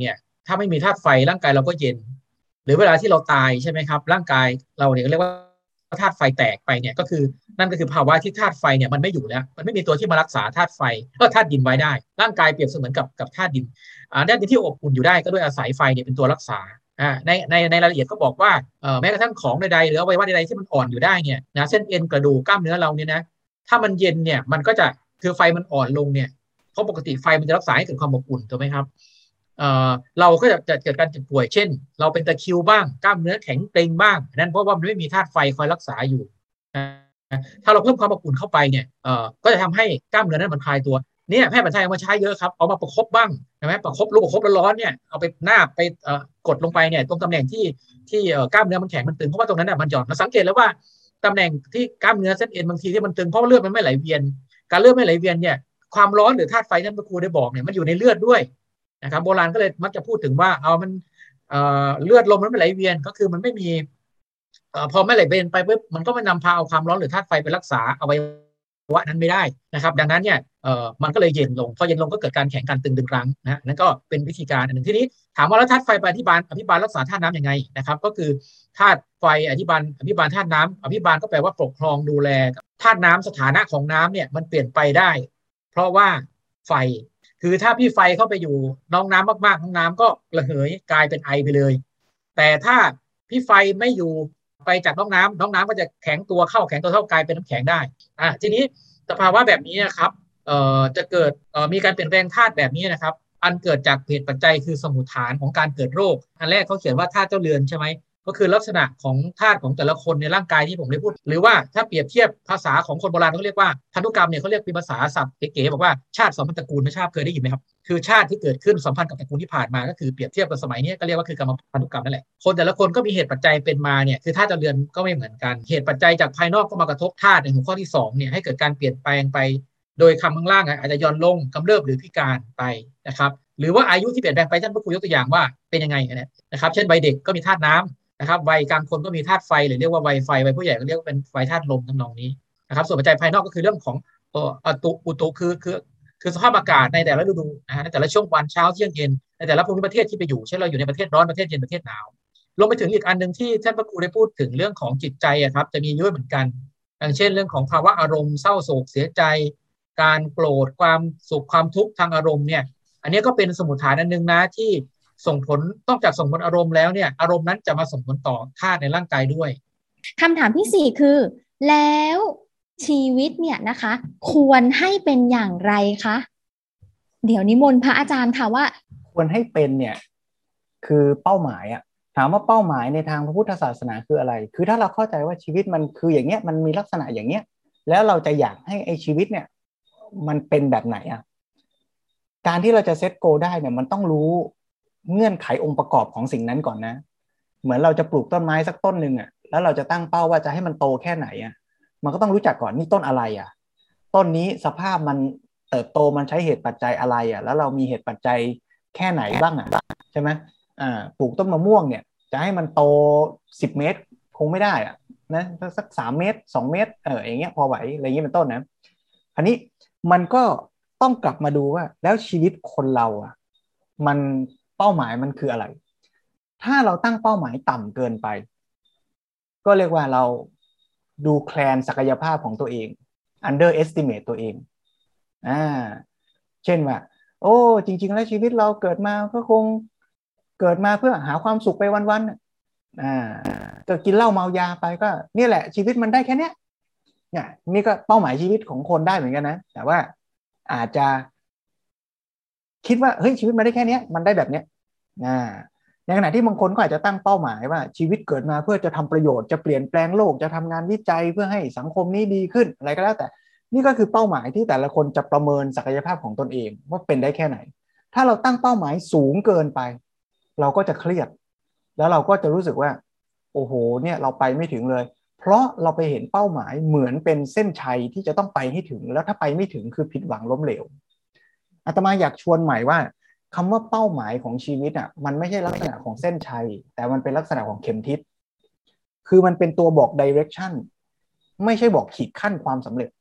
Speaker 4: ถ้าไม่มีธาตุไฟร่างกายเราก็เย็นหรือเวลาที่เราตายใช่ไหมครับร่างกายเราเนี่ยเรียกว่าธาตุไฟแตกไปเนี่ยก็คือนั่นก็คือภาวะที่ธาตุไฟเนี่ยมันไม่อยู่แล้วมันไม่มีตัวที่มารักษาธาตุไฟก็ธาตุดินไว้ได้ร่างกายเปรียบเสมือนกับกับธาตุดินอ่าธาตุดินที่อบอุ่นอยู่ได้ก็ด้วยอาศัยไฟเนี่ยเป็นตัวรักษาอ่าในในในรายละเอียดก็บอกว่าเอ่อแม้กระทั่งของใดๆหรืออวัยวะใดๆที่มันอ่อนอยู่ได้เนี่ยนะเส้นเอ็นกระดูกกล้ามเนื้อเราเนี่ยนะถ้ามันเย็นเนี่ยมันก็จะคือไฟมันอ่อนลงเนี่ยเพราะปกติไฟมันจะรักษาให้เกิดความอบอุ่นถูกไหมครับเอ่อเราก็จะจะเกิดการเจ็บป่วยเช่นเราเป็นตะคริวบ้างกล้ามเนื้อแข็งเกร็งบ้างนั่นเพราะว่ามันไม่มีธาตุไฟคอยรักษาอยู่ถ้าเราเพิ่มความอบอุ่นเข้าไปเนี่ยเอ่อก็จะทำให้กล้ามเนื้อนั้นมันคลายตัวเนี่ยแพทย์แผนไทยเอามาใช้เยอะครับเอามาประคบบ้างใช่ไหมประคบลูกประคบร้อนๆเนี่ยเอาไปหน้าไปเอ่อกดลงไปเนี่ยตรงตำแหน่งที่ที่เอ่อกล้ามเนื้อมันแข็งมันตึงเพราะว่าตรงนั้นน่ะมันหย่อนเราสังเกตแล้วว่าตำแหน่งที่กล้ามเนื้อเส้นเอ็นบางทีที่มันตึงเพราะเลือดมันไม่ไหลเวียนการเลือดไม่ไหลเวียนเนี่ยความร้อนหรือธาตุไฟที่ท่านพระครูได้บอกเนี่ยมันอยู่ในเลือดด้วยนะครับโบราณก็เลยมักจะพูดถึงว่าเอามันเอ่อเลือดลมมันไม่ไหลเวียนก็คือมันไม่มีเอ่อพอไม่ไหลเวียนไปปุ๊บมันก็ไม่นำพาเอาความร้อนหรือธาตุไฟไปรักษาเอาไว้วะนั้นไม่ได้นะครับดังนั้นเนี่ยเอ่อมันก็เลยเย็นลงพอเย็นลงก็เกิดการแข็งการตึงดึงรั้งนะนั่นก็เป็นวิธีการอันหนึ่งทีนี้ถามว่าแล้วธาตุไฟไปอภิบาลอภิบาลรักษาธาตุน้ำยังไงนะครับก็คือธาตุไฟอภิบาลอภิบาลธาตุน้ำอภิบาลก็แปลว่าปกครองดูแลธาตุน้ำสถานะของน้ำเนี่ยมันเปลี่ยนไปได้เพราะว่าไฟคือถ้าพี่ไฟเข้าไปอยู่น้องน้ำมากๆน้องน้ำก็ระเหยกลายเป็นไอไปเลยแต่ถ้าพี่ไฟไม่อยู่ไปจากน้องน้ำน้องน้ำก็จะแข็งตัวเข้าแข็งตัวเข้ากลายเป็นน้ำแข็งได้อ่ะทีนี้สภาวะแบบนี้นะครับเอ่อจะเกิดเอ่อมีการเปลี่ยนแปลงธาตุแบบนี้นะครับอันเกิดจากเหตุปัจจัยคือสมุฏฐานของการเกิดโรคอันแรกเขาเขียนว่าธาตุเจ้าเรือนใช่ไหมก็คือลักษณะของธาตุของแต่ละคนในร่างกายที่ผมได้พูดหรือว่าถ้าเปรียบเทียบภาษาของคนโบราณเขาเรียกว่าพันธุกรรมเนี่ยเขาเรียกเป็นภาษาศัพท์เก๋ๆบอกว่าชาติสัมพันธตระกูลไม่ทราบเคยได้ยินไหมครับคือชาติที่เกิดขึ้นสัมพันธ์กับตระกูลที่ผ่านมาก็คือเปรียบเทียบกับสมัยนี้ก็เรียกว่าคือกรรมพันธุกรรมนั่นแหละคนแต่ละคนก็มีเหตุปัจจัยเป็นมาเนี่ยคือธาตุเจ้าเรือนก็ไม่เหมือนกันเหตุปัจจัยจากภายนอกก็มากระทบธาตุในหัวข้อที่สองเนี่ยให้เกิดการเปลี่ยนแปลงไปโดยคำข้างล่างอาจจะย่อนลงกำเริบหรือพิการไปนะครับหรือว่าอายุที่เปลี่ยนแปลงไปท่านพระครูยกตัวอย่างว่าเป็นยังไงนะครับเช่นวัยเด็กก็มีธาตุน้ำนะครับวัยกลางคนก็มีธาตุไฟหรือเรียกว่าวัยไฟวัยผู้ใหญ่ก็เรียกว่าเป็นไฟธาตุลมทำนองนี้นะครับส่วนปัจจัยภายนอกก็คือเรื่องของอุตุอุตุคือคือคือสภาพอากาศในแต่ละฤดูนะฮะในแต่ละช่วงวันเช้าเที่ยงเย็นในแต่ละภูมิประเทศที่ไปอยู่เช่นเราอยู่ในประเทศร้อนประเทศเย็นประเทศหนาวรวมไปถึงอีกอันหนึ่งที่ท่านพระครูได้พูดถึงเรื่องของจิตใจครับจะมีเยอะเหมือนกันอย่างเช่นเรื่องของภาวะอารมณ์เศร้าโศกเสียใจการโกรธความสุขความทุกข์ทางอารมณ์เนี่ยอันนี้ก็เป็นสมุฏฐานอันนึงนะที่ส่งผลต้องจากส่งผลอารมณ์แล้วเนี่ยอารมณ์นั้นจะมาส่งผลต่อธาตุในร่างกายด้วย
Speaker 2: คำถามที่สี่คือแล้วชีวิตเนี่ยนะคะควรให้เป็นอย่างไรคะเดี๋ยวนิมนต์พระอาจารย์ค่ะว่า
Speaker 3: ควรให้เป็นเนี่ยคือเป้าหมายอะถามว่าเป้าหมายในทางพระพุทธศาสนาคืออะไรคือถ้าเราเข้าใจว่าชีวิตมันคืออย่างเงี้ยมันมีลักษณะอย่างเงี้ยแล้วเราจะอยากให้ไอ้ชีวิตเนี่ยมันเป็นแบบไหนอะการที่เราจะเซตโกได้เนี่ยมันต้องรู้เงื่อนไของค์ประกอบของสิ่งนั้นก่อนนะเหมือนเราจะปลูกต้นไม้สักต้นหนึ่งอ่ะแล้วเราจะตั้งเป้าว่าจะให้มันโตแค่ไหนอ่ะมันก็ต้องรู้จักก่อนนี่ต้นอะไรอ่ะต้นนี้สภาพมันเติบโตมันใช้เหตุปัจจัยอะไรอ่ะแล้วเรามีเหตุปัจจัยแค่ไหนบ้างอ่ะใช่ไหมอ่าปลูกต้นมะม่วงเนี่ยจะให้มันโตสิบเมตรคงไม่ได้อ่ะนะสักสามเมตรสองเมตรเอออย่างเงี้ยพอไหวอะไรเงี้ยเป็นต้นนะอันนี้มันก็ต้องกลับมาดูว่าแล้วชีวิตคนเราอ่ะมันเป้าหมายมันคืออะไรถ้าเราตั้งเป้าหมายต่ำเกินไปก็เรียกว่าเราดูแคลนศักยภาพของตัวเอง underestimate ตัวเองอ่าเช่นว่าโอ้จริงๆแล้วชีวิตเราเกิดมาก็คงเกิดมาเพื่อหาความสุขไปวันๆอ่าก็กินเหล้าเมายาไปก็นี่แหละชีวิตมันได้แค่เนี้ยเนี่ยนี่ก็เป้าหมายชีวิตของคนได้เหมือนกันนะแต่ว่าอาจจะคิดว่าเฮ้ยชีวิตมันได้แค่นี้มันได้แบบเนี้ยอ่าในขณะที่บางคนก็อาจจะตั้งเป้าหมายว่าชีวิตเกิดมาเพื่อจะทำประโยชน์จะเปลี่ยนแปลงโลกจะทำงานวิจัยเพื่อให้สังคมนี้ดีขึ้นอะไรก็แล้วแต่นี่ก็คือเป้าหมายที่แต่ละคนจะประเมินศักยภาพของตนเองว่าเป็นได้แค่ไหนถ้าเราตั้งเป้าหมายสูงเกินไปเราก็จะเครียดแล้วเราก็จะรู้สึกว่าโอ้โหเนี่ยเราไปไม่ถึงเลยเพราะเราไปเห็นเป้าหมายเหมือนเป็นเส้นชัยที่จะต้องไปให้ถึงแล้วถ้าไปไม่ถึงคือผิดหวังล้มเหลวอาตมาอยากชวนใหม่ว่าคำว่าเป้าหมายของชีวิตอ่ะมันไม่ใช่ลักษณะของเส้นชัยแต่มันเป็นลักษณะของเข็มทิศคือมันเป็นตัวบอก direction ไม่ใช่บอกขีดขั้นความสำเร็จ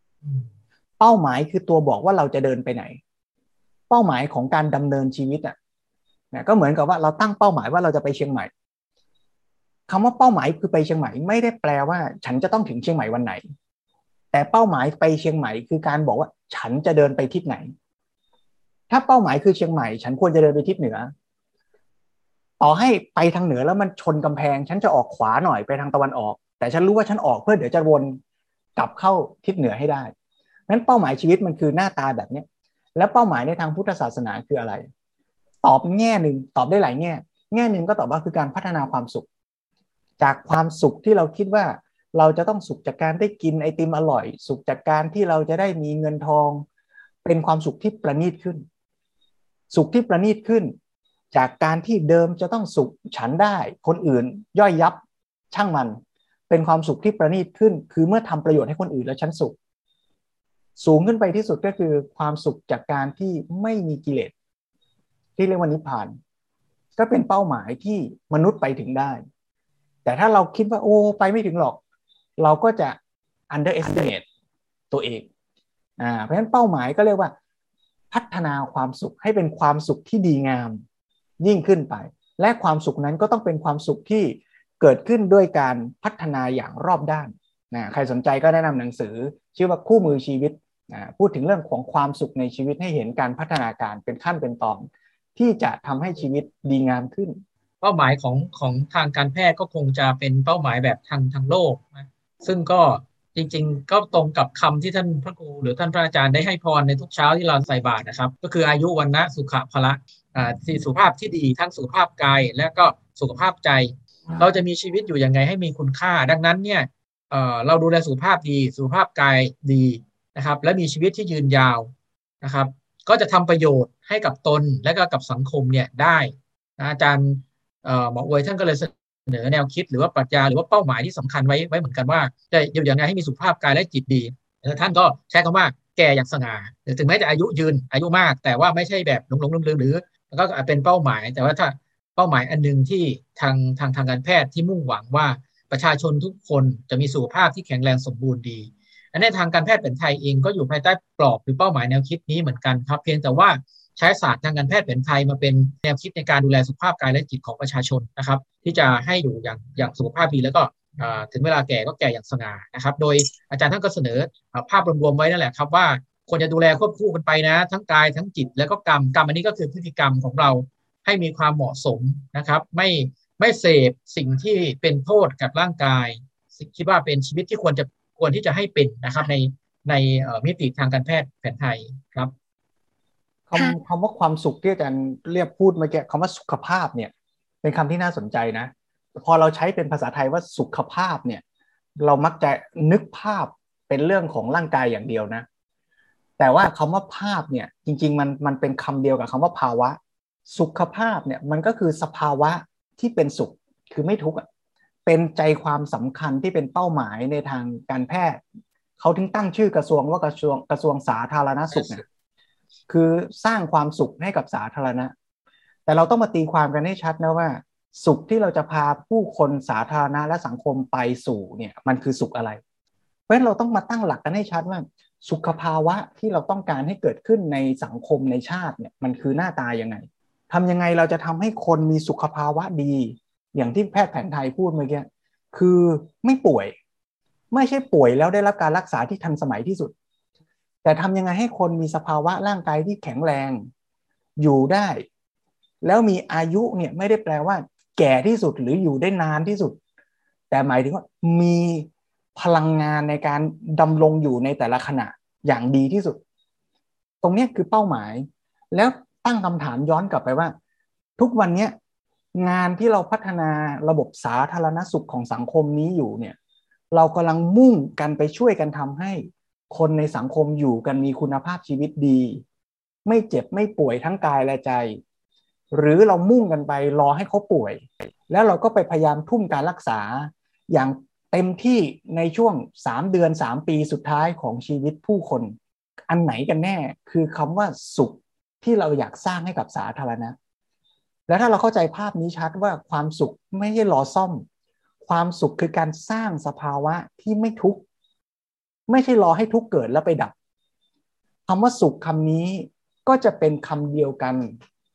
Speaker 3: เป้าหมายคือตัวบอกว่าเราจะเดินไปไหนเป้าหมายของการดำเนินชีวิตอ่ะเนี่ยก็เหมือนกับว่าเราตั้งเป้าหมายว่าเราจะไปเชียงใหม่คำว่าเป้าหมายคือไปเชียงใหม่ไม่ได้แปลว่าฉันจะต้องถึงเชียงใหม่วันไหนแต่เป้าหมายไปเชียงใหม่คือการบอกว่าฉันจะเดินไปทิศไหนถ้าเป้าหมายคือเชียงใหม่ฉันควรจะเดินไปทิศเหนือต่อให้ไปทางเหนือแล้วมันชนกำแพงฉันจะออกขวาหน่อยไปทางตะวันออกแต่ฉันรู้ว่าฉันออกเพื่อเดี๋ยวจะวนกลับเข้าทิศเหนือให้ได้งั้นเป้าหมายชีวิตมันคือหน้าตาแบบนี้แล้วเป้าหมายในทางพุทธศาสนาคืออะไรตอบแง่หนึ่งตอบได้หลายแง่แง่หนึ่งก็ตอบว่าคือการพัฒนาความสุขจากความสุขที่เราคิดว่าเราจะต้องสุขจากการได้กินไอติมอร่อยสุขจากการที่เราจะได้มีเงินทองเป็นความสุขที่ประณีตขึ้นสุขที่ประณีตขึ้นจากการที่เดิมจะต้องสุขฉันได้คนอื่นย่อยยับช่างมันเป็นความสุขที่ประณีตขึ้นคือเมื่อทำประโยชน์ให้คนอื่นแล้วฉันสุขสูงขึ้นไปที่สุดก็คือความสุขจากการที่ไม่มีกิเลสที่เรียกว่านิพพานก็เป็นเป้าหมายที่มนุษย์ไปถึงได้แต่ถ้าเราคิดว่าโอ้ไปไม่ถึงหรอกเราก็จะ underestimate ตัวเองอ่าเพราะฉะนั้นเป้าหมายก็เรียกว่าพัฒนาความสุขให้เป็นความสุขที่ดีงามยิ่งขึ้นไปและความสุขนั้นก็ต้องเป็นความสุขที่เกิดขึ้นด้วยการพัฒนาอย่างรอบด้านนะใครสนใจก็แนะนำหนังสือชื่อว่าคู่มือชีวิตนะพูดถึงเรื่องของความสุขในชีวิตให้เห็นการพัฒนาการเป็นขั้นเป็นตอนที่จะทำให้ชีวิตดีงามขึ้น
Speaker 4: เป้าหมายของของทางการแพทย์ก็คงจะเป็นเป้าหมายแบบทางทางโลกนะซึ่งก็จริงๆก็ตรงกับคำที่ท่านพระครูหรือท่านพระอาจารย์ได้ให้พรในทุกเช้าที่เราใส่บาตรนะครับก็คืออายุวันนะสุขภละอ่าที่สุขภาพที่ดีทั้งสุขภาพกายและก็สุขภาพใจเราจะมีชีวิตอยู่ยังไงให้มีคุณค่าดังนั้นเนี่ยเอ่อเราดูแลสุขภาพดีสุขภาพกายดีนะครับและมีชีวิตที่ยืนยาวนะครับก็จะทำประโยชน์ให้กับตนและก็กับสังคมเนี่ยได้นะอาจารย์หมออวยท่านก็เลยเสนอแนวคิดหรือว่าปรัชญาหรือว่าเป้าหมายที่สำคัญไว้ไว้เหมือนกันว่าจะอยู่ยังไงให้มีสุขภาพกายและจิตดีแล้วท่านก็ใช้คำว่าแก่อย่างสง่าถึงแม้จะอายุยืนอายุมากแต่ว่าไม่ใช่แบบหลงๆลืมๆหรือก็เป็นเป้าหมายแต่ว่าถ้าเป้าหมายอันนึงที่ทางทางทางการแพทย์ที่มุ่งหวังว่าประชาชนทุกคนจะมีสุขภาพที่แข็งแรงสมบูรณ์ดีอันในทางการแพทย์แผนไทยเองก็อยู่ภายใต้กรอบหรือเป้าหมายแนวคิดนี้เหมือนกันครับเพียงแต่ว่าใช้ศาสตร์ทางการแพทย์แผนไทยมาเป็นแนวคิดในการดูแลสุขภาพกายและจิตของประชาชนนะครับที่จะให้อยู่อย่างอย่างสุขภาพดีแล้วก็ถึงเวลาแก่ก็แก่อย่างสง่านะครับโดยอาจารย์ท่านก็เสนอภาพรวมๆไว้นั่นแหละครับว่าควรจะดูแลควบคู่กันไปนะทั้งกายทั้งจิตแล้วก็กรรมกรรมอันนี้ก็คือพฤติกรรมของเราให้มีความเหมาะสมนะครับไม่ไม่เสพสิ่งที่เป็นโทษกับร่างกายคิดว่าเป็นชีวิตที่ควรจะควรที่จะให้เป็นนะครับในในมิติทางการแพทย์แผนไทยครับ
Speaker 3: คำคำว่าความสุขที่อาจารย์เรียกพูดเมื่อกี้คำว่าสุขภาพเนี่ยเป็นคำที่น่าสนใจนะพอเราใช้เป็นภาษาไทยว่าสุขภาพเนี่ยเรามักจะนึกภาพเป็นเรื่องของร่างกายอย่างเดียวนะแต่ว่าคำว่าภาพเนี่ยจริงๆมันมันเป็นคำเดียวกับคำว่าภาวะสุขภาพเนี่ยมันก็คือสภาวะที่เป็นสุขคือไม่ทุกข์เป็นใจความสำคัญที่เป็นเป้าหมายในทางการแพทย์เขาถึงตั้งชื่อกระทรวงว่ากระทรวงกระทรวงสาธารณสุขเนี่ยคือสร้างความสุขให้กับสาธารณะแต่เราต้องมาตีความกันให้ชัดนะว่าสุขที่เราจะพาผู้คนสาธารณะและสังคมไปสู่เนี่ยมันคือสุขอะไรเพราะฉะนั้นเราต้องมาตั้งหลักกันให้ชัดว่าสุขภาวะที่เราต้องการให้เกิดขึ้นในสังคมในชาติเนี่ยมันคือหน้าตายังไงทำยังไงเราจะทำให้คนมีสุขภาวะดีอย่างที่แพทย์แผนไทยพูดเมื่อกี้คือไม่ป่วยไม่ใช่ป่วยแล้วได้รับการรักษาที่ทันสมัยที่สุดแต่ทำยังไงให้คนมีสภาวะร่างกายที่แข็งแรงอยู่ได้แล้วมีอายุเนี่ยไม่ได้แปลว่าแก่ที่สุดหรืออยู่ได้นานที่สุดแต่หมายถึงว่ามีพลังงานในการดำรงอยู่ในแต่ละขณะอย่างดีที่สุดตรงนี้คือเป้าหมายแล้วตั้งคำถามย้อนกลับไปว่าทุกวันนี้งานที่เราพัฒนาระบบสาธารณสุขของสังคมนี้อยู่เนี่ยเรากำลังมุ่งกันไปช่วยกันทำให้คนในสังคมอยู่กันมีคุณภาพชีวิตดีไม่เจ็บไม่ป่วยทั้งกายและใจหรือเรามุ่งกันไปรอให้เขาป่วยแล้วเราก็ไปพยายามทุ่มการรักษาอย่างเต็มที่ในช่วงสามเดือนสามปีสุดท้ายของชีวิตผู้คนอันไหนกันแน่คือคำว่าสุขที่เราอยากสร้างให้กับสาธารณะแล้วถ้าเราเข้าใจภาพนี้ชัดว่าความสุขไม่ใช่รอซ่อมความสุขคือการสร้างสภาวะที่ไม่ทุกข์ไม่ใช่รอให้ทุกข์เกิดแล้วไปดับคำว่าสุขคำนี้ก็จะเป็นคำเดียวกัน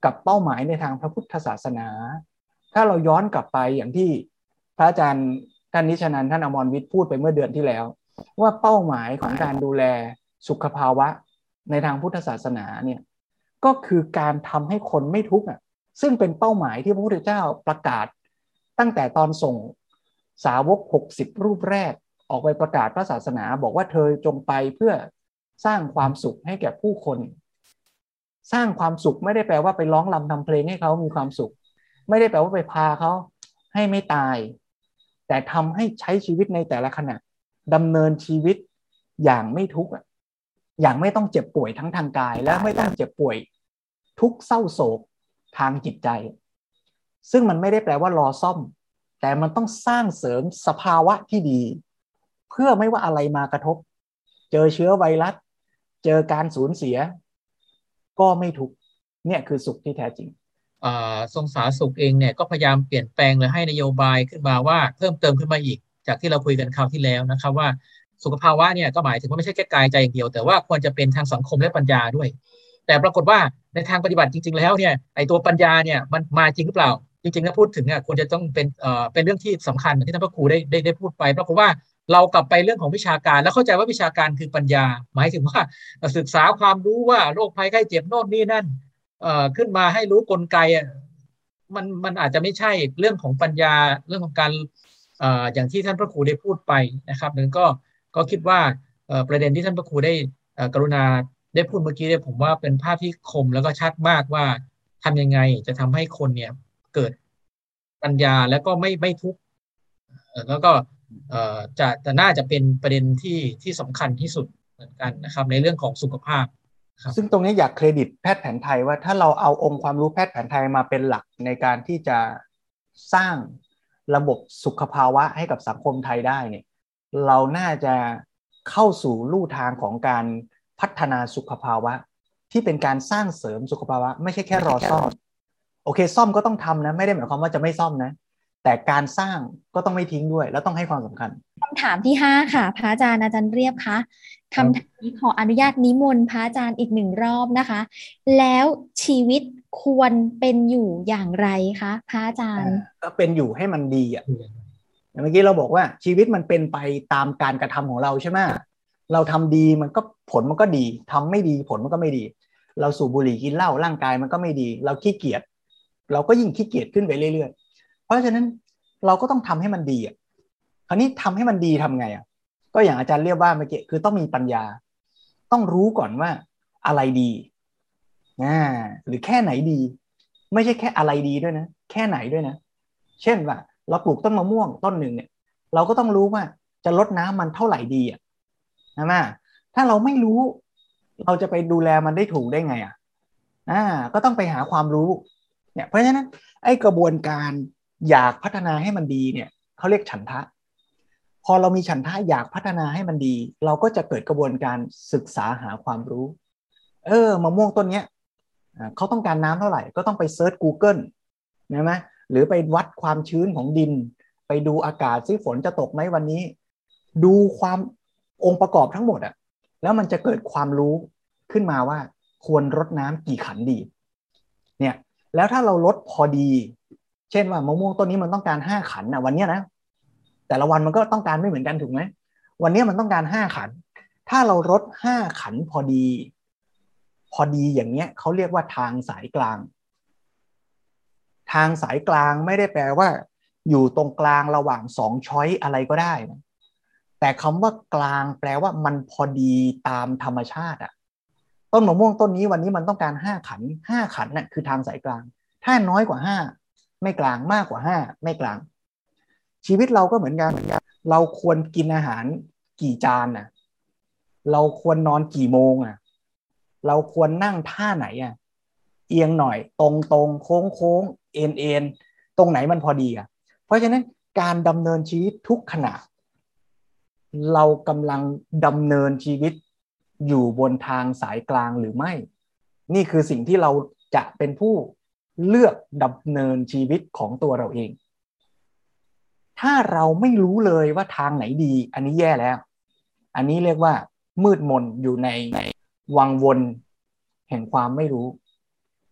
Speaker 3: กับเป้าหมายในทางพระพุทธศาสนาถ้าเราย้อนกลับไปอย่างที่พระอาจารย์ท่านนิชนันท์ท่านอมรวิทย์พูดไปเมื่อเดือนที่แล้วว่าเป้าหมายของการดูแลสุขภาวะในทางพุทธศาสนาเนี่ยก็คือการทำให้คนไม่ทุกข์อ่ะซึ่งเป็นเป้าหมายที่พระพุทธเจ้าประกาศตั้งแต่ตอนส่งสาวกหกสิบรูปแรกออกไปประกาศพระศาสนาบอกว่าเธอจงไปเพื่อสร้างความสุขให้แก่ผู้คนสร้างความสุขไม่ได้แปลว่าไปร้องรำทำเพลงให้เขามีความสุขไม่ได้แปลว่าไปพาเขาให้ไม่ตายแต่ทำให้ใช้ชีวิตในแต่ละขณะดำเนินชีวิตอย่างไม่ทุกข์อย่างไม่ต้องเจ็บป่วยทั้งทางกายและไม่ต้องเจ็บป่วยทุกข์เศร้าโศกทางจิตใจซึ่งมันไม่ได้แปลว่ารอซ่อมแต่มันต้องสร้างเสริมสภาวะที่ดีเพื่อไม่ว่าอะไรมากระทบเจอเชื้อไวรัสเจอการสูญเสียก็ไม่ทุกข์เนี่ยคือสุขที่แท้จริง
Speaker 4: ทรงสาธารณสุขเองเนี่ยก็พยายามเปลี่ยนแปลงเลยให้นโยบายขึ้นมาว่าเพิ่มเติมขึ้นมาอีกจากที่เราคุยกันคราวที่แล้วนะครับว่าสุขภาวะเนี่ยก็หมายถึงว่าไม่ใช่แค่กายใจอย่างเดียวแต่ว่าควรจะเป็นทางสังคมและปัญญาด้วยแต่ปรากฏว่าในทางปฏิบัติจริงๆแล้วเนี่ยไอ้ตัวปัญญาเนี่ยมันมาจริงหรือเปล่าจริงๆถ้าพูดถึงเนี่ยควรจะต้องเป็นเอ่อเป็นเรื่องที่สำคัญที่ท่านพระครูได้ได้ได้พูดไปปรากฏว่าเรากลับไปเรื่องของวิชาการแล้วเข้าใจว่าวิชาการคือปัญญาหมายถึงว่าศึกษาความรู้ว่าโรคภัยไข้เจ็บโน่นนี่นั่นเอ่อขึ้นมาให้รู้กลไกอ่ะมันมันอาจจะไม่ใช่เรื่องของปัญญาเรื่องของการเอ่ออย่างที่ท่านพระครูได้พูดไปนะครับนั้นก็ก็คิดว่าเอ่อประเด็นที่ท่านพระครูได้เอ่อกรุณาได้พูดเมื่อกี้เนี่ยผมว่าเป็นภาพที่คมแล้วก็ชัดมากว่าทำยังไงจะทำให้คนเนี่ยเกิดปัญญาแล้วก็ไม่ไม่ทุกข์แล้วก็เอ่อจะจะน่าจะเป็นประเด็นที่ที่สำคัญที่สุดเหมือนกันนะครับในเรื่องของสุขภาพ
Speaker 3: ซึ่งตรงนี้อยากเครดิตแพทย์แผนไทยว่าถ้าเราเอาองค์ความรู้แพทย์แผนไทยมาเป็นหลักในการที่จะสร้างระบบสุขภาวะให้กับสังคมไทยได้เนี่ยเราน่าจะเข้าสู่ลู่ทางของการพัฒนาสุขภาวะที่เป็นการสร้างเสริมสุขภาวะไม่ใช่แค่รอซ่อมโอเคซ่อมก็ต้องทำนะไม่ได้หมายความว่าจะไม่ซ่อมนะแต่การสร้างก็ต้องไม่ทิ้งด้วยแล้วต้องให้ความสำคัญ
Speaker 2: คำถามที่ห้าค่ะพระอาจารย์อาจารย์เรียบคะคำถามนี้ขออนุญาตนิมนต์พระอาจารย์อีกหนึ่งรอบนะคะแล้วชีวิตควรเป็นอยู่อย่างไรคะพระอาจารย์
Speaker 3: ก็เป็นอยู่ให้มันดีอ่ะเมื่อกี้เราบอกว่าชีวิตมันเป็นไปตามการกระทำของเราใช่ไหมเราทำดีมันก็ผลมันก็ดีทำไม่ดีผลมันก็ไม่ดีเราสูบบุหรี่กินเหล้าร่างกายมันก็ไม่ดีเราขี้เกียจเราก็ยิ่งขี้เกียจขึ้นไปเรื่อยๆเพราะฉะนั้นเราก็ต้องทำให้มันดีอ่ะคราวนี้ทำให้มันดีทำไงอ่ะก็อย่างอาจารย์เรียกว่าเมื่อกี้คือต้องมีปัญญาต้องรู้ก่อนว่าอะไรดีนะหรือแค่ไหนดีไม่ใช่แค่อะไรดีด้วยนะแค่ไหนด้วยนะเช่นว่าเราปลูกต้นมะม่วงต้นหนึ่งเนี่ยเราก็ต้องรู้ว่าจะรดน้ำมันเท่าไหร่ดีอ่ะนะมาถ้าเราไม่รู้เราจะไปดูแลมันได้ถูกได้ไงอ่ะอ่าก็ต้องไปหาความรู้เนี่ยเพราะฉะนั้นไอ้กระบวนการอยากพัฒนาให้มันดีเนี่ยเขาเรียกฉันทะพอเรามีฉันทะอยากพัฒนาให้มันดีเราก็จะเกิดกระบวนการศึกษาหาความรู้เออมะม่วงต้นเนี้ยเขาต้องการน้ำเท่าไหร่ก็ต้องไปเซิร์ช Google นะไหมหรือไปวัดความชื้นของดินไปดูอากาศซิฝนจะตกไหมวันนี้ดูความองค์ประกอบทั้งหมดอะแล้วมันจะเกิดความรู้ขึ้นมาว่าควรรดน้ำกี่ขันดีเนี่ยแล้วถ้าเราลดพอดีเช่นว่ามะม่วงต้นนี้มันต้องการห้าขันนะวันนี้นะแต่ละวันมันก็ต้องการไม่เหมือนกันถูกไหมวันนี้มันต้องการห้าขันถ้าเราลดห้าขันพอดีพอดีอย่างเงี้ยเขาเรียกว่าทางสายกลางทางสายกลางไม่ได้แปลว่าอยู่ตรงกลางระหว่างสองช้อยอะไรก็ได้นะแต่คำว่ากลางแปลว่ามันพอดีตามธรรมชาติอะต้นมะม่วงต้นนี้วันนี้มันต้องการห้าขันห้าขันน่ะคือทางสายกลางถ้าน้อยกว่าห้าไม่กลางมากกว่าห้าไม่กลางชีวิตเราก็เหมือนกันเราควรกินอาหารกี่จานน่ะเราควรนอนกี่โมงอ่ะเราควรนั่งท่าไหนอ่ะเอียงหน่อยตรงตรงโค้งโค้งเอ็นเอ็นตรงไหนมันพอดีอ่ะเพราะฉะนั้นการดำเนินชีวิตทุกขณะเรากำลังดำเนินชีวิตอยู่บนทางสายกลางหรือไม่นี่คือสิ่งที่เราจะเป็นผู้เลือกดำเนินชีวิตของตัวเราเองถ้าเราไม่รู้เลยว่าทางไหนดีอันนี้แย่แล้วอันนี้เรียกว่ามืดมนอยู่ในวังวนแห่งความไม่รู้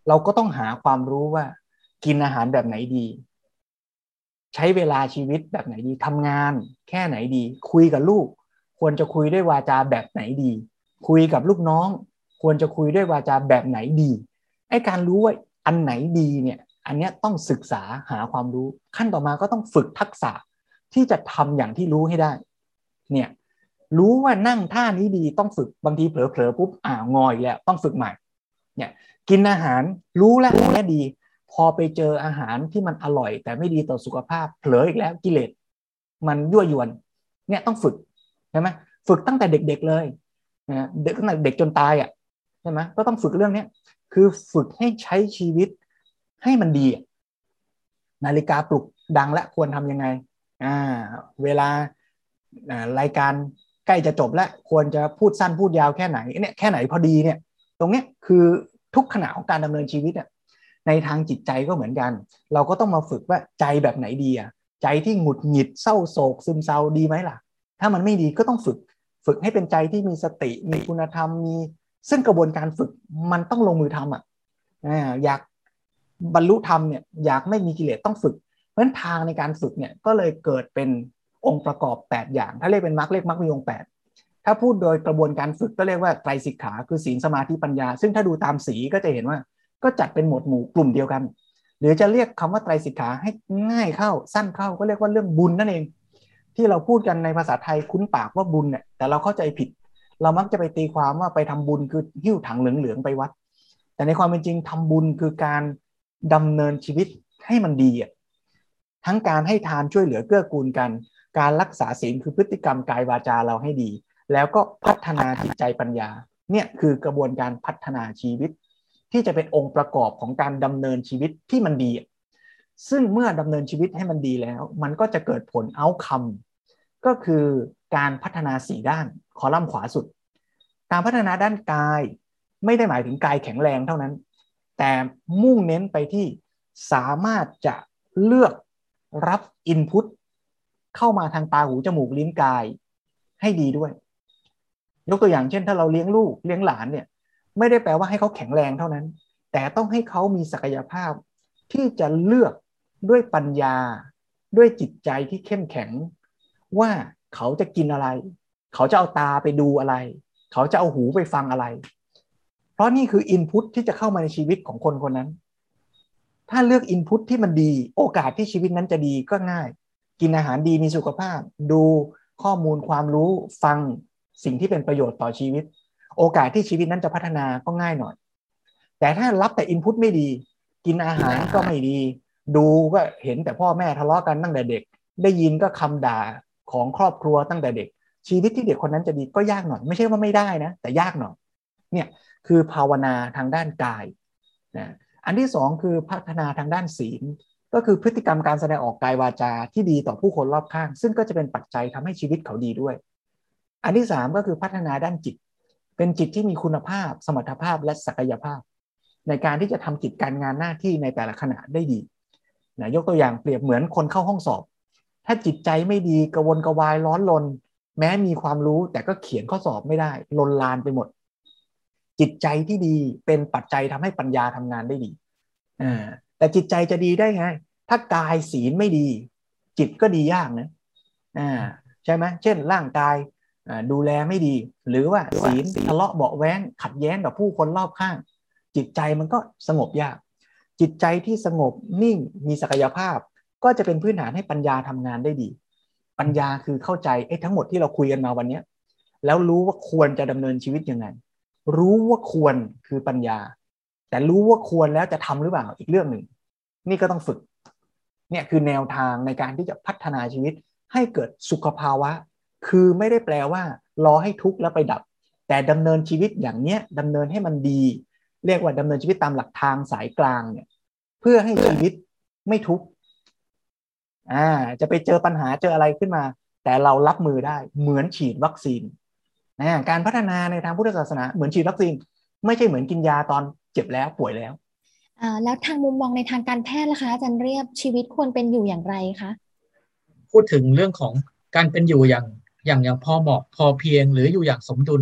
Speaker 3: เราก็ต้องหาความรู้ว่ากินอาหารแบบไหนดีใช้เวลาชีวิตแบบไหนดีทำงานแค่ไหนดีคุยกับลูกควรจะคุยด้วยวาจาแบบไหนดีคุยกับลูกน้องควรจะคุยด้วยวาจาแบบไหนดีไอ้การรู้ว่าอันไหนดีเนี่ยอันเนี้ยต้องศึกษาหาความรู้ขั้นต่อมาก็ต้องฝึกทักษะที่จะทำอย่างที่รู้ให้ได้เนี่ยรู้ว่านั่งท่านี้ดีต้องฝึกบางทีเผลอๆปุ๊บอ่างอยแล้วต้องฝึกใหม่เนี่ยกินอาหารรู้แล้วอันนี้ดีพอไปเจออาหารที่มันอร่อยแต่ไม่ดีต่อสุขภาพเผลออีกแล้วกิเลสมันยั่วยวนเนี่ยต้องฝึกใช่ไหมฝึกตั้งแต่เด็กๆเลยนะเด็กตั้งแต่เด็กจนตายอ่ะใช่ไหมก็ต้องฝึกเรื่องนี้คือฝึกให้ใช้ชีวิตให้มันดีนาฬิกาปลุกดังและควรทำยังไงอ่าเวลารายการใกล้จะจบแล้วควรจะพูดสั้นพูดยาวแค่ไหนเนี่ยแค่ไหนพอดีเนี่ยตรงเนี้ยคือทุกขณะของการดำเนินชีวิตอ่ะในทางจิตใจก็เหมือนกันเราก็ต้องมาฝึกว่าใจแบบไหนดีอ่ะใจที่หงุดหงิดเศร้าโศกซึมเศร้าดีไหมล่ะถ้ามันไม่ดีก็ต้องฝึกฝึกให้เป็นใจที่มีสติมีคุณธรรมมีซึ่งกระบวนการฝึกมันต้องลงมือทำอ่ะอยากบรรลุธรรมเนี่ยอยากไม่มีกิเลสต้องฝึกเพราะฉะนั้นทางในการฝึกเนี่ยก็เลยเกิดเป็นองค์ประกอบแปดอย่างถ้าเรียกเป็นมรรคเรียกมรรคมีองค์แปดถ้าพูดโดยกระบวนการฝึกก็เรียกว่าไตรสิกขาคือศีลสมาธิปัญญาซึ่งถ้าดูตามสีก็จะเห็นว่าก็จัดเป็นหมวดหมู่กลุ่มเดียวกันหรือจะเรียกคำว่าไตรสิกขาให้ง่ายเข้าสั้นเข้าก็เรียกว่าเรื่องบุญนั่นเองที่เราพูดกันในภาษาไทยคุ้นปากว่าบุญเนี่ยแต่เราเข้าใจผิดเรามักจะไปตีความว่าไปทำบุญคือหิ้วถังเหลืองๆไปวัดแต่ในความเป็นจริงทำบุญคือการดำเนินชีวิตให้มันดีอ่ะทั้งการให้ทานช่วยเหลือเกื้อกูลกันการรักษาศีลคือพฤติกรรมกายวาจาเราให้ดีแล้วก็พัฒนาจิตใจปัญญาเนี่ยคือกระบวนการพัฒนาชีวิตที่จะเป็นองค์ประกอบของการดำเนินชีวิตที่มันดีซึ่งเมื่อดำเนินชีวิตให้มันดีแล้วมันก็จะเกิดผลเอาท์คัมก็คือการพัฒนาสี่ด้านคอลัมน์ขวาสุดการพัฒนาด้านกายไม่ได้หมายถึงกายแข็งแรงเท่านั้นแต่มุ่งเน้นไปที่สามารถจะเลือกรับอินพุตเข้ามาทางตาหูจมูกลิ้นกายให้ดีด้วยยกตัวอย่างเช่นถ้าเราเลี้ยงลูกเลี้ยงหลานเนี่ยไม่ได้แปลว่าให้เขาแข็งแรงเท่านั้นแต่ต้องให้เขามีศักยภาพที่จะเลือกด้วยปัญญาด้วยจิตใจที่เข้มแข็งว่าเขาจะกินอะไรเขาจะเอาตาไปดูอะไรเขาจะเอาหูไปฟังอะไรเพราะนี่คืออินพุตที่จะเข้ามาในชีวิตของคนคนนั้นถ้าเลือกอินพุตที่มันดีโอกาสที่ชีวิตนั้นจะดีก็ง่ายกินอาหารดีมีสุขภาพดูข้อมูลความรู้ฟังสิ่งที่เป็นประโยชน์ต่อชีวิตโอกาสที่ชีวิตนั้นจะพัฒนาก็ง่ายหน่อยแต่ถ้ารับแต่อินพุตไม่ดีกินอาหารก็ไม่ดีดูก็เห็นแต่พ่อแม่ทะเลาะกันตั้งแต่เด็กได้ยินก็คำด่าของครอบครัวตั้งแต่เด็กชีวิตที่เด็กคนนั้นจะดีก็ยากหน่อยไม่ใช่ว่าไม่ได้นะแต่ยากหน่อยเนี่ยคือภาวนาทางด้านกายนะอันที่สองคือพัฒนาทางด้านศีลก็คือพฤติกรรมการแสดงออกกายวาจาที่ดีต่อผู้คนรอบข้างซึ่งก็จะเป็นปัจจัยทำให้ชีวิตเขาดีด้วยอันที่สามก็คือพัฒนาด้านจิตเป็นจิตที่มีคุณภาพสมรรถภาพและศักยภาพในการที่จะทำกิจการงานหน้าที่ในแต่ละขณะได้ดีนะยกตัวอย่างเปรียบเหมือนคนเข้าห้องสอบถ้าจิตใจไม่ดีกระวนกระวายร้อนรนแม้มีความรู้แต่ก็เขียนข้อสอบไม่ได้ลนลานไปหมดจิตใจที่ดีเป็นปัจจัยทำให้ปัญญาทำงานได้ดีอ่าแต่จิตใจจะดีได้ไงถ้ากายศีลไม่ดีจิตก็ดียากนะอ่าใช่ไหมเช่นร่างกายดูแลไม่ดีหรือว่าศีลทะเลาะเบาะแว้งขัดแย้งกับผู้คนรอบข้างจิตใจมันก็สงบยากจิตใจที่สงบนิ่งมีศักยภาพก็จะเป็นพื้นฐานให้ปัญญาทำงานได้ดีปัญญาคือเข้าใจไอ้ทั้งหมดที่เราคุยกันมาวันนี้แล้วรู้ว่าควรจะดำเนินชีวิตยังไงรู้ว่าควรคือปัญญาแต่รู้ว่าควรแล้วจะทำหรือเปล่าอีกเรื่องหนึ่งนี่ก็ต้องฝึกเนี่ยคือแนวทางในการที่จะพัฒนาชีวิตให้เกิดสุขภาวะคือไม่ได้แปลว่ารอให้ทุกข์แล้วไปดับแต่ดำเนินชีวิตอย่างเนี้ยดำเนินให้มันดีเรียกว่าดำเนินชีวิตตามหลักทางสายกลางเนี่ยเพื่อให้ชีวิตไม่ทุกข์อ่าจะไปเจอปัญหาเจออะไรขึ้นมาแต่เรารับมือได้เหมือนฉีดวัคซีนนะการพัฒนาในทางพุทธศาสนาเหมือนฉีดวัคซีนไม่ใช่เหมือนกินยาตอนเจ็บแล้วป่วยแล้ว
Speaker 2: อ่าแล้วทางมุมมองในทางการแพทย์ล่ะคะอาจารย์เรียบชีวิตควรเป็นอยู่อย่างไรคะ
Speaker 4: พูดถึงเรื่องของการเป็นอยู่อย่างอย่างอย่างพอเหมาะพอเพียงหรืออยู่อย่างสมดุล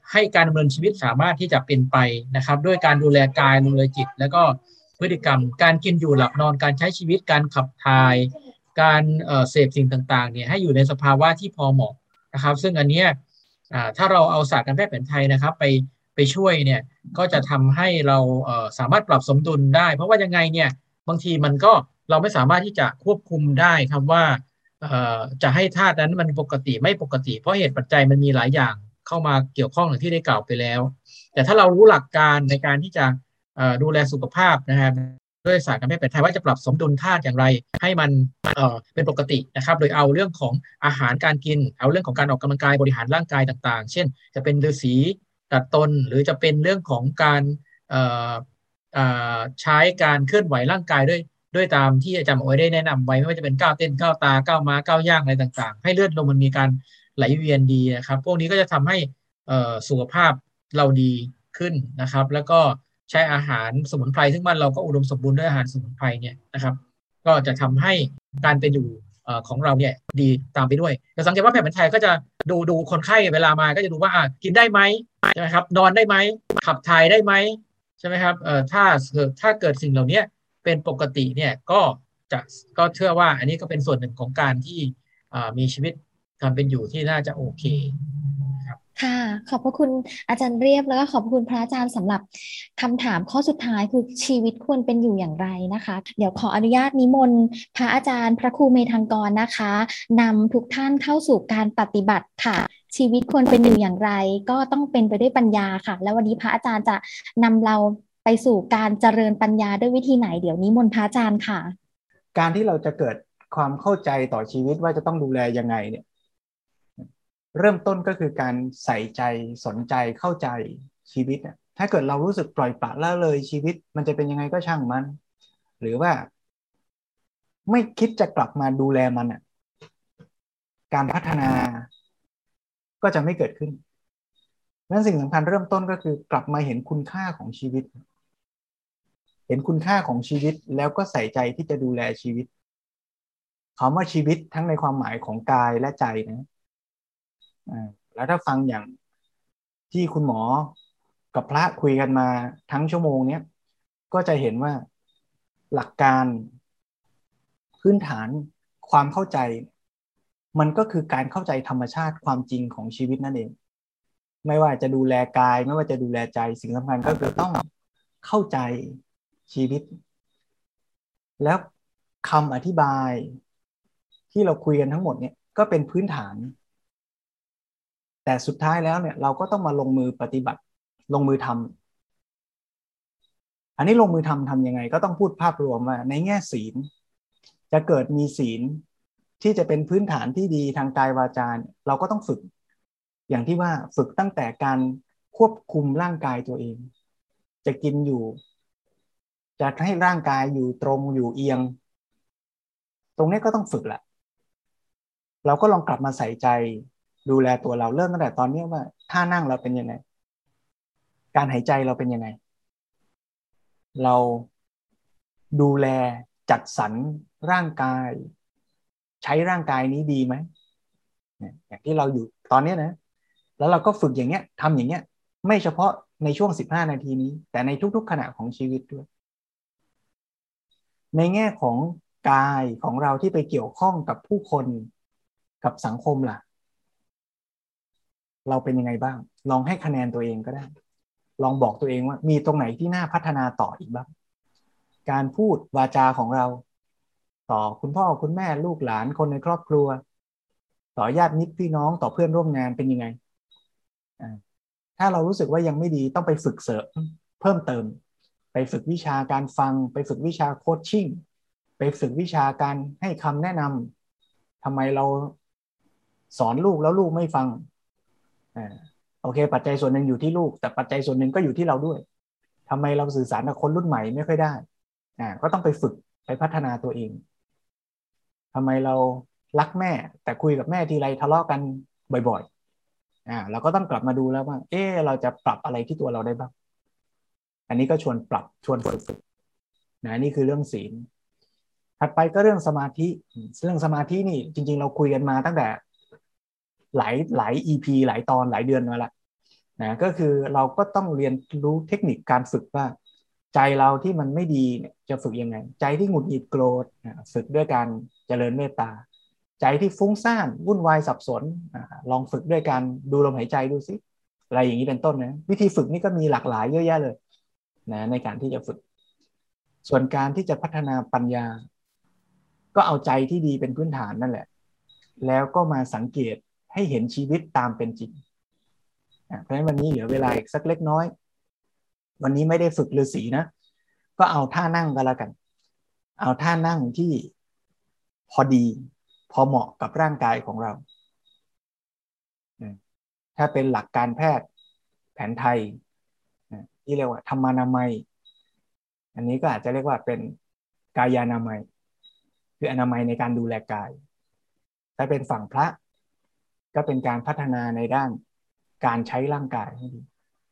Speaker 4: ให้การดำเนินชีวิตสามารถที่จะเป็นไปนะครับด้วยการดูแลกายดูแลจิตแล้วก็พฤติกรรมการกินอยู่หลับนอนการใช้ชีวิตการขับถ่ายการเอ่อเสพสิ่งต่างๆเนี่ยให้อยู่ในสภาวะที่พอเหมาะนะครับซึ่งอันเนี้ยอ่าถ้าเราเอาศาสตร์การแพทย์แผนไทยนะครับไปไปช่วยเนี่ยก็จะทำให้เราเอ่อสามารถปรับสมดุลได้เพราะว่ายังไงเนี่ยบางทีมันก็เราไม่สามารถที่จะควบคุมได้ครับว่าเอ่อจะให้ธาตุนั้นมันปกติไม่ปกติเพราะเหตุปัจจัยมันมีหลายอย่างเข้ามาเกี่ยวข้องอย่างที่ได้กล่าวไปแล้วแต่ถ้าเรารู้หลักการในการที่จะเอ่อดูแลสุขภาพนะครับด้วยศาสตร์การแพทย์แผนไทยว่าจะปรับสมดุลธาตุอย่างไรให้มันเอ่อเป็นปกตินะครับโดยเอาเรื่องของอาหารการกินเอาเรื่องของการออกกำลังกายบริหารร่างกายต่างๆเช่นจะเป็นฤาษีตัดตนหรือจะเป็นเรื่องของการเอ่อเอ่อใช้การเคลื่อนไหวร่างกายด้วยด้วยตามที่อาจารย์หมอได้แนะนำไว้ไม่ว่าจะเป็นก้าวเต้นก้าวตาก้าวม้าก้าวย่างอะไรต่างๆให้เลือดลมมันมีการไหลเวียนดีนะครับพวกนี้ก็จะทำให้เอ่อสุขภาพเราดีขึ้นนะครับแล้วก็ใช้อาหารสมุนไพรซึ่งบ้านเราก็อุดมสมบูรณ์ด้วยอาหารสมุนไพรเนี่ยนะครับก็จะทำให้การเป็นอยู่ของเราเนี่ยดีตามไปด้วยแต่สังเกตว่าแพทย์แผนไทยก็จะดูดูคนไข้เวลามาก็จะดูว่ากินได้ไหมใช่ไหมครับนอนได้ไหมขับถ่ายได้ไหมใช่ไหมครับเอ่อถ้าถ้าเกิดสิ่งเหล่านี้เป็นปกติเนี่ยก็จะก็เชื่อว่าอันนี้ก็เป็นส่วนหนึ่งของการที่มีชีวิตการเป็นอยู่ที่น่าจะโอเค
Speaker 2: ค่ะขอบพระคุณอาจารย์เรียบแล้วก็ขอบคุณพระอาจารย์สำหรับคำถามข้อสุดท้ายคือชีวิตควรเป็นอยู่อย่างไรนะคะเดี๋ยวขออนุญาตนิมนต์พระอาจารย์พระครูเมธังกรนะคะนำทุกท่านเข้าสู่การปฏิบัติค่ะชีวิตควรเป็นอยู่อย่างไรก็ต้องเป็นไปด้วยปัญญาค่ะแล้ววันนี้พระอาจารย์จะนำเราไปสู่การเจริญปัญญาด้วยวิธีไหนเดี๋ยวนิมนต์พระอาจารย์ค่ะ
Speaker 3: การที่เราจะเกิดความเข้าใจต่อชีวิตว่าจะต้องดูแลยังไงเนี่ยเริ่มต้นก็คือการใส่ใจสนใจเข้าใจชีวิตเนี่ยถ้าเกิดเรารู้สึกปล่อยปละละเลยชีวิตมันจะเป็นยังไงก็ช่างมันหรือว่าไม่คิดจะกลับมาดูแลมันอ่ะการพัฒนาก็จะไม่เกิดขึ้นนั้นสิ่งสำคัญเริ่มต้นก็คือกลับมาเห็นคุณค่าของชีวิตเห็นคุณค่าของชีวิตแล้วก็ใส่ใจที่จะดูแลชีวิตคำว่าชีวิตทั้งในความหมายของกายและใจนะแล้วถ้าฟังอย่างที่คุณหมอกับพระคุยกันมาทั้งชั่วโมงนี้ก็จะเห็นว่าหลักการพื้นฐานความเข้าใจมันก็คือการเข้าใจธรรมชาติความจริงของชีวิตนั่นเองไม่ว่าจะดูแลกายไม่ว่าจะดูแลใจสิ่งสำคัญก็คือต้องเข้าใจชีวิตแล้วคำอธิบายที่เราคุยกันทั้งหมดเนี่ยก็เป็นพื้นฐานแต่สุดท้ายแล้วเนี่ยเราก็ต้องมาลงมือปฏิบัติลงมือทำอันนี้ลงมือทำทำยังไงก็ต้องพูดภาพรวมว่าในแง่ศีลจะเกิดมีศีลที่จะเป็นพื้นฐานที่ดีทางกายวาจาเราก็ต้องฝึกอย่างที่ว่าฝึกตั้งแต่การควบคุมร่างกายตัวเองจะกินอยู่จะให้ร่างกายอยู่ตรงอยู่เอียงตรงนี้ก็ต้องฝึกแหละเราก็ลองกลับมาใส่ใจดูแลตัวเราเริ่มตั้งแต่ตอนนี้ว่าท่านั่งเราเป็นยังไงการหายใจเราเป็นยังไงเราดูแลจัดสรรร่างกายใช้ร่างกายนี้ดีไหมอย่างที่เราอยู่ตอนนี้นะแล้วเราก็ฝึกอย่างเงี้ยทำอย่างเงี้ยไม่เฉพาะในช่วงสิบห้านาทีนี้แต่ในทุกๆขณะของชีวิตด้วยในแง่ของกายของเราที่ไปเกี่ยวข้องกับผู้คนกับสังคมล่ะเราเป็นยังไงบ้างลองให้คะแนนตัวเองก็ได้ลองบอกตัวเองว่ามีตรงไหนที่น่าพัฒนาต่ออีกบ้างการพูดวาจาของเราต่อคุณพ่อคุณแม่ลูกหลานคนในครอบครัวต่อญาติมิตรพี่น้องต่อเพื่อนร่วมงานเป็นยังไงถ้าเรารู้สึกว่ายังไม่ดีต้องไปฝึกเสริมเพิ่มเติมไปฝึกวิชาการฟังไปฝึกวิชาโคชชิ่งไปฝึกวิชาการให้คำแนะนำทำไมเราสอนลูกแล้วลูกไม่ฟังอ่าโอเคปัจจัยส่วนหนึ่งอยู่ที่ลูกแต่ปัจจัยส่วนหนึ่งก็อยู่ที่เราด้วยทำไมเราสื่อสารกับคนรุ่นใหม่ไม่ค่อยได้อ่าก็ต้องไปฝึกไปพัฒนาตัวเองทำไมเรารักแม่แต่คุยกับแม่ทีไรทะเลาะกันบ่อยๆอ่าเราก็ต้องกลับมาดูแล้วว่าเออเราจะปรับอะไรที่ตัวเราได้บ้างอันนี้ก็ชวนปรับชวนฝึกนะนี่คือเรื่องศีลถัดไปก็เรื่องสมาธิเรื่องสมาธินี่จริงๆเราคุยกันมาตั้งแต่หลายหลาย อี พี หลายตอนหลายเดือนมาแล้วนะก็คือเราก็ต้องเรียนรู้เทคนิคการฝึกว่าใจเราที่มันไม่ดีเนี่ยจะฝึกยังไงใจที่หงุดหงิดโกรธฝึกด้วยการเจริญเมตตาใจที่ฟุ้งซ่านวุ่นวายสับสนลองฝึกด้วยการดูลมหายใจดูสิอะไรอย่างนี้เป็นต้นนะวิธีฝึกนี่ก็มีหลากหลายเยอะแยะเลยนะในการที่จะฝึกส่วนการที่จะพัฒนาปัญญาก็เอาใจที่ดีเป็นพื้นฐานนั่นแหละแล้วก็มาสังเกตให้เห็นชีวิตตามเป็นจริงเพราะฉะนั้นวันนี้เหลือเวลาอีกสักเล็กน้อยวันนี้ไม่ได้ฝึกฤาษีนะก็เอาท่านั่งก็แล้วกันเอาท่านั่งที่พอดีพอเหมาะกับร่างกายของเราถ้าเป็นหลักการแพทย์แผนไทยที่เรียกว่าธรรมานามัยอันนี้ก็อาจจะเรียกว่าเป็นกายานามัยคืออนามัยในการดูแลกายถ้าเป็นฝั่งพระก็เป็นการพัฒนาในด้านการใช้ร่างกายให้ดี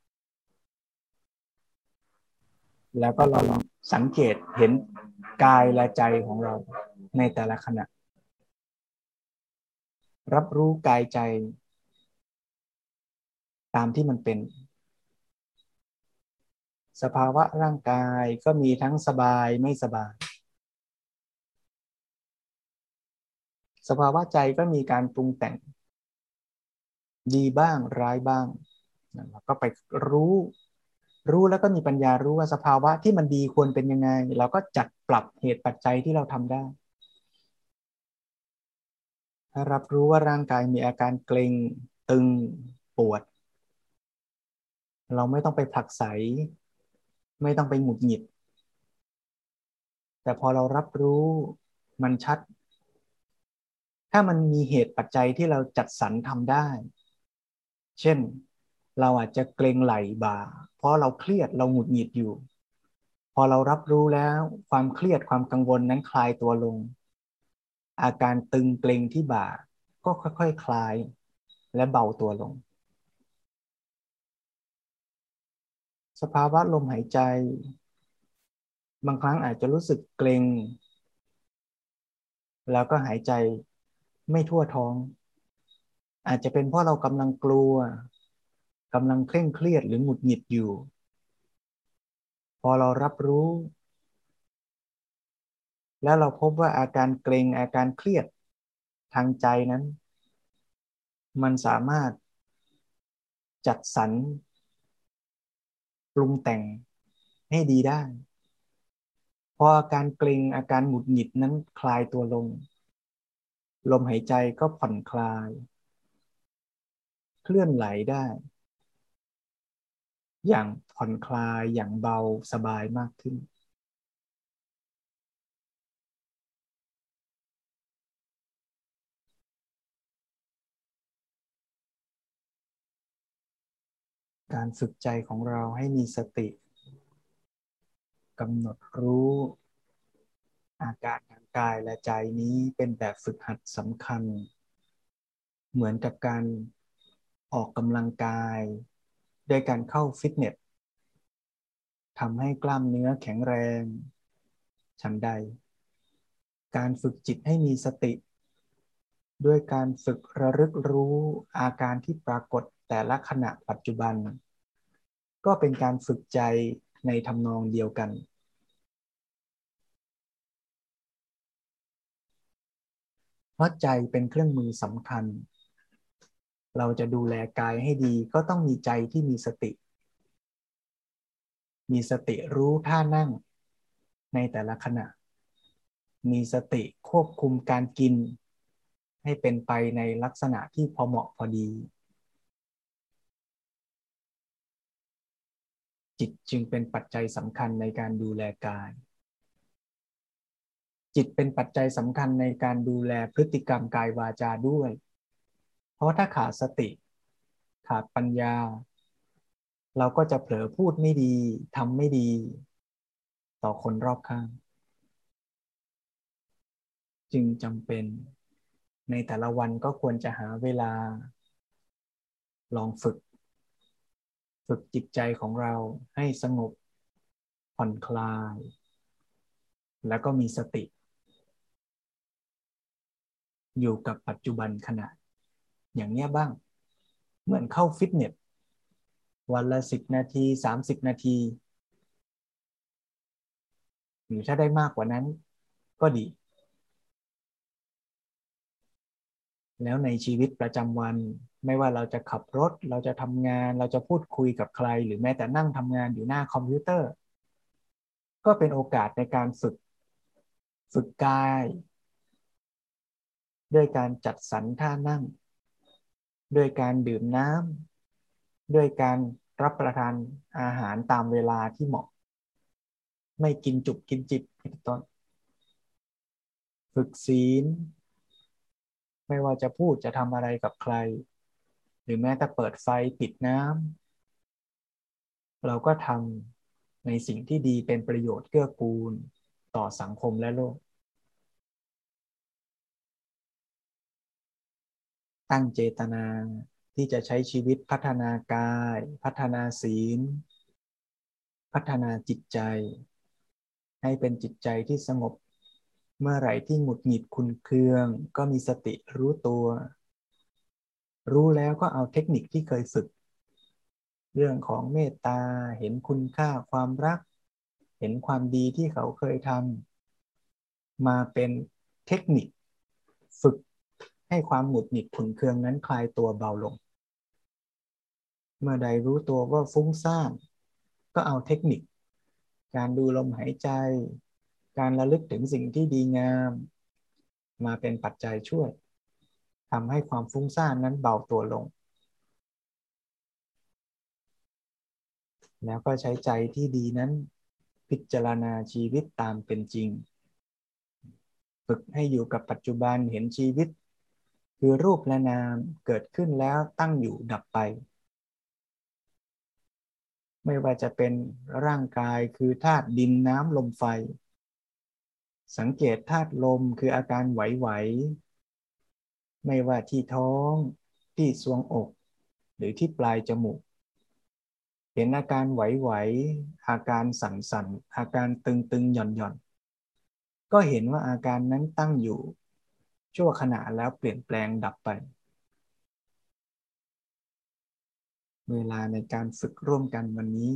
Speaker 3: แล้วก็เราสังเกตเห็นกายและใจของเราในแต่ละขณะรับรู้กายใจตามที่มันเป็นสภาวะร่างกายก็มีทั้งสบายไม่สบายสภาวะใจก็มีการปรุงแต่งดีบ้างร้ายบ้างเราก็ไปรู้รู้แล้วก็มีปัญญารู้ว่าสภาวะที่มันดีควรเป็นยังไงเราก็จัดปรับเหตุปัจจัยที่เราทำได้ถ้ารับรู้ว่าร่างกายมีอาการเกร็งตึงปวดเราไม่ต้องไปผลักไสไม่ต้องไปหงุดหงิดแต่พอเรารับรู้มันชัดถ้ามันมีเหตุปัจจัยที่เราจัดสรรทำได้เช่นเราอาจจะเกร็งไหล่บ่าเพราะเราเครียดเราหงุดหงิดอยู่พอเรารับรู้แล้วความเครียดความกังวลนั้นคลายตัวลงอาการตึงเกร็งที่บ่าก็ค่อยๆ ค, คลายและเบาตัวลงสภาวะลมหายใจบางครั้งอาจจะรู้สึกเกร็งแล้วก็หายใจไม่ทั่วท้องอาจจะเป็นเพราะเรากำลังกลัวกำลังเคร่งเครียดหรือหงุดหงิดอยู่พอเรารับรู้แล้วเราพบว่าอาการเกร็งอาการเครียดทางใจนั้นมันสามารถจัดสรรปรุงแต่งให้ดีได้พออาการเกร็งอาการหงุดหงิดนั้นคลายตัวลงลมหายใจก็ผ่อนคลายเคลื่อนไหลได้อย่างผ่อนคลายอย่างเบาสบายมากขึ้นการฝึกใจของเราให้มีสติกำหนดรู้อาการทางกายและใจนี้เป็นแบบฝึกหัดสำคัญเหมือนกับการออกกำลังกายโดยการเข้าฟิตเนสทำให้กล้ามเนื้อแข็งแรงฉันใดการฝึกจิตให้มีสติด้วยการฝึกระลึกรู้อาการที่ปรากฏแต่ละขณะปัจจุบันก็เป็นการฝึกใจในทำนองเดียวกันเพราะใจเป็นเครื่องมือสำคัญเราจะดูแลกายให้ดีก็ต้องมีใจที่มีสติมีสติรู้ท่านั่งในแต่ละขณะมีสติควบคุมการกินให้เป็นไปในลักษณะที่พอเหมาะพอดีจิตจึงเป็นปัจจัยสำคัญในการดูแลกายจิตเป็นปัจจัยสำคัญในการดูแลพฤติกรรมกายวาจาด้วยเพราะถ้าขาดสติขาดปัญญาเราก็จะเผลอพูดไม่ดีทำไม่ดีต่อคนรอบข้างจึงจำเป็นในแต่ละวันก็ควรจะหาเวลาลองฝึกฝึกจิตใจของเราให้สงบผ่อนคลายแล้วก็มีสติอยู่กับปัจจุบันขณะอย่างนี้บ้างเหมือนเข้าฟิตเนสวันละสิบนาทีสามสิบนาทีหรือถ้าได้มากกว่านั้นก็ดีแล้วในชีวิตประจำวันไม่ว่าเราจะขับรถเราจะทำงานเราจะพูดคุยกับใครหรือแม้แต่นั่งทำงานอยู่หน้าคอมพิวเตอร์ก็เป็นโอกาสในการฝึกฝึกกายด้วยการจัดสรรท่านั่งด้วยการดื่มน้ำด้วยการรับประทานอาหารตามเวลาที่เหมาะไม่กินจุบกินจิบเป็นต้นฝึกศีลไม่ว่าจะพูดจะทำอะไรกับใครหรือแม้แต่เปิดไฟปิดน้ำเราก็ทำในสิ่งที่ดีเป็นประโยชน์เกื้อกูลต่อสังคมและโลกตั้งเจตนาที่จะใช้ชีวิตพัฒนากายพัฒนาศีลพัฒนาจิตใจให้เป็นจิตใจที่สงบเมื่อไหร่ที่หงุดหงิดขุ่นเคืองก็มีสติรู้ตัวรู้แล้วก็เอาเทคนิคที่เคยฝึกเรื่องของเมตตาเห็นคุณค่าความรักเห็นความดีที่เขาเคยทำมาเป็นเทคนิคฝึกให้ความหงุดหงิดขุ่นเคืองนั้นคลายตัวเบาลงเมื่อใดรู้ตัวว่าฟุ้งซ่านก็เอาเทคนิคการดูลมหายใจการระลึกถึงสิ่งที่ดีงามมาเป็นปัจจัยช่วยทำให้ความฟุ้งซ่านนั้นเบาตัวลงแล้วก็ใช้ใจที่ดีนั้นพิจารณาชีวิตตามเป็นจริงฝึกให้อยู่กับปัจจุบันเห็นชีวิตคือรูปและนามเกิดขึ้นแล้วตั้งอยู่ดับไปไม่ว่าจะเป็นร่างกายคือธาตุดินน้ำลมไฟสังเกตธาตุลมคืออาการไหวๆไม่ว่าที่ท้องที่ทรวงอกหรือที่ปลายจมูกเห็นอาการไหวๆอาการสั่นๆอาการตึงๆหย่อนๆก็เห็นว่าอาการนั้นตั้งอยู่ชั่วขณะแล้วเปลี่ยนแปลงดับไปเวลาในการฝึกร่วมกันวันนี้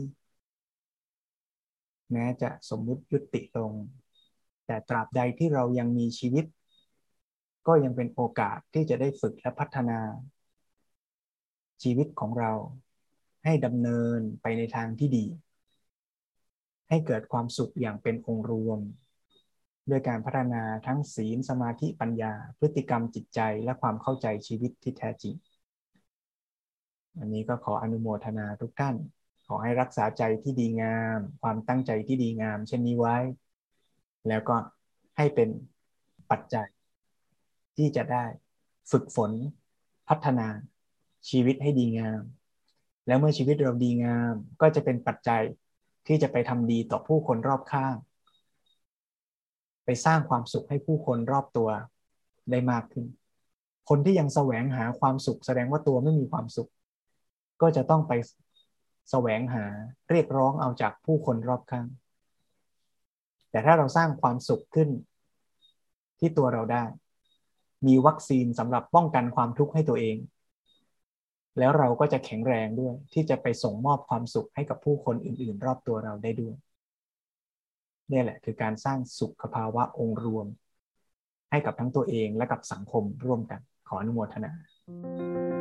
Speaker 3: แม้จะสมมุติยุติลงแต่ตราบใดที่เรายังมีชีวิตก็ยังเป็นโอกาสที่จะได้ฝึกและพัฒนาชีวิตของเราให้ดำเนินไปในทางที่ดีให้เกิดความสุขอย่างเป็นองค์รวมด้วยการพัฒนาทั้งศีลสมาธิปัญญาพฤติกรรมจิตใจและความเข้าใจชีวิตที่แท้จริงอันนี้ก็ขออนุโมทนาทุกท่านขอให้รักษาใจที่ดีงามความตั้งใจที่ดีงามเช่นนี้ไว้แล้วก็ให้เป็นปัจจัยที่จะได้ฝึกฝนพัฒนาชีวิตให้ดีงามแล้วเมื่อชีวิตเราดีงามก็จะเป็นปัจจัยที่จะไปทำดีต่อผู้คนรอบข้างไปสร้างความสุขให้ผู้คนรอบตัวได้มากขึ้นคนที่ยังแสวงหาความสุขแสดงว่าตัวไม่มีความสุขก็จะต้องไปแสวงหาเรียกร้องเอาจากผู้คนรอบข้างแต่ถ้าเราสร้างความสุขขึ้นที่ตัวเราได้มีวัคซีนสำหรับป้องกันความทุกข์ให้ตัวเองแล้วเราก็จะแข็งแรงด้วยที่จะไปส่งมอบความสุขให้กับผู้คนอื่นๆรอบตัวเราได้ด้วยนี่แหละคือการสร้างสุขภาวะองค์รวมให้กับทั้งตัวเองและกับสังคมร่วมกันขออนุโมทนา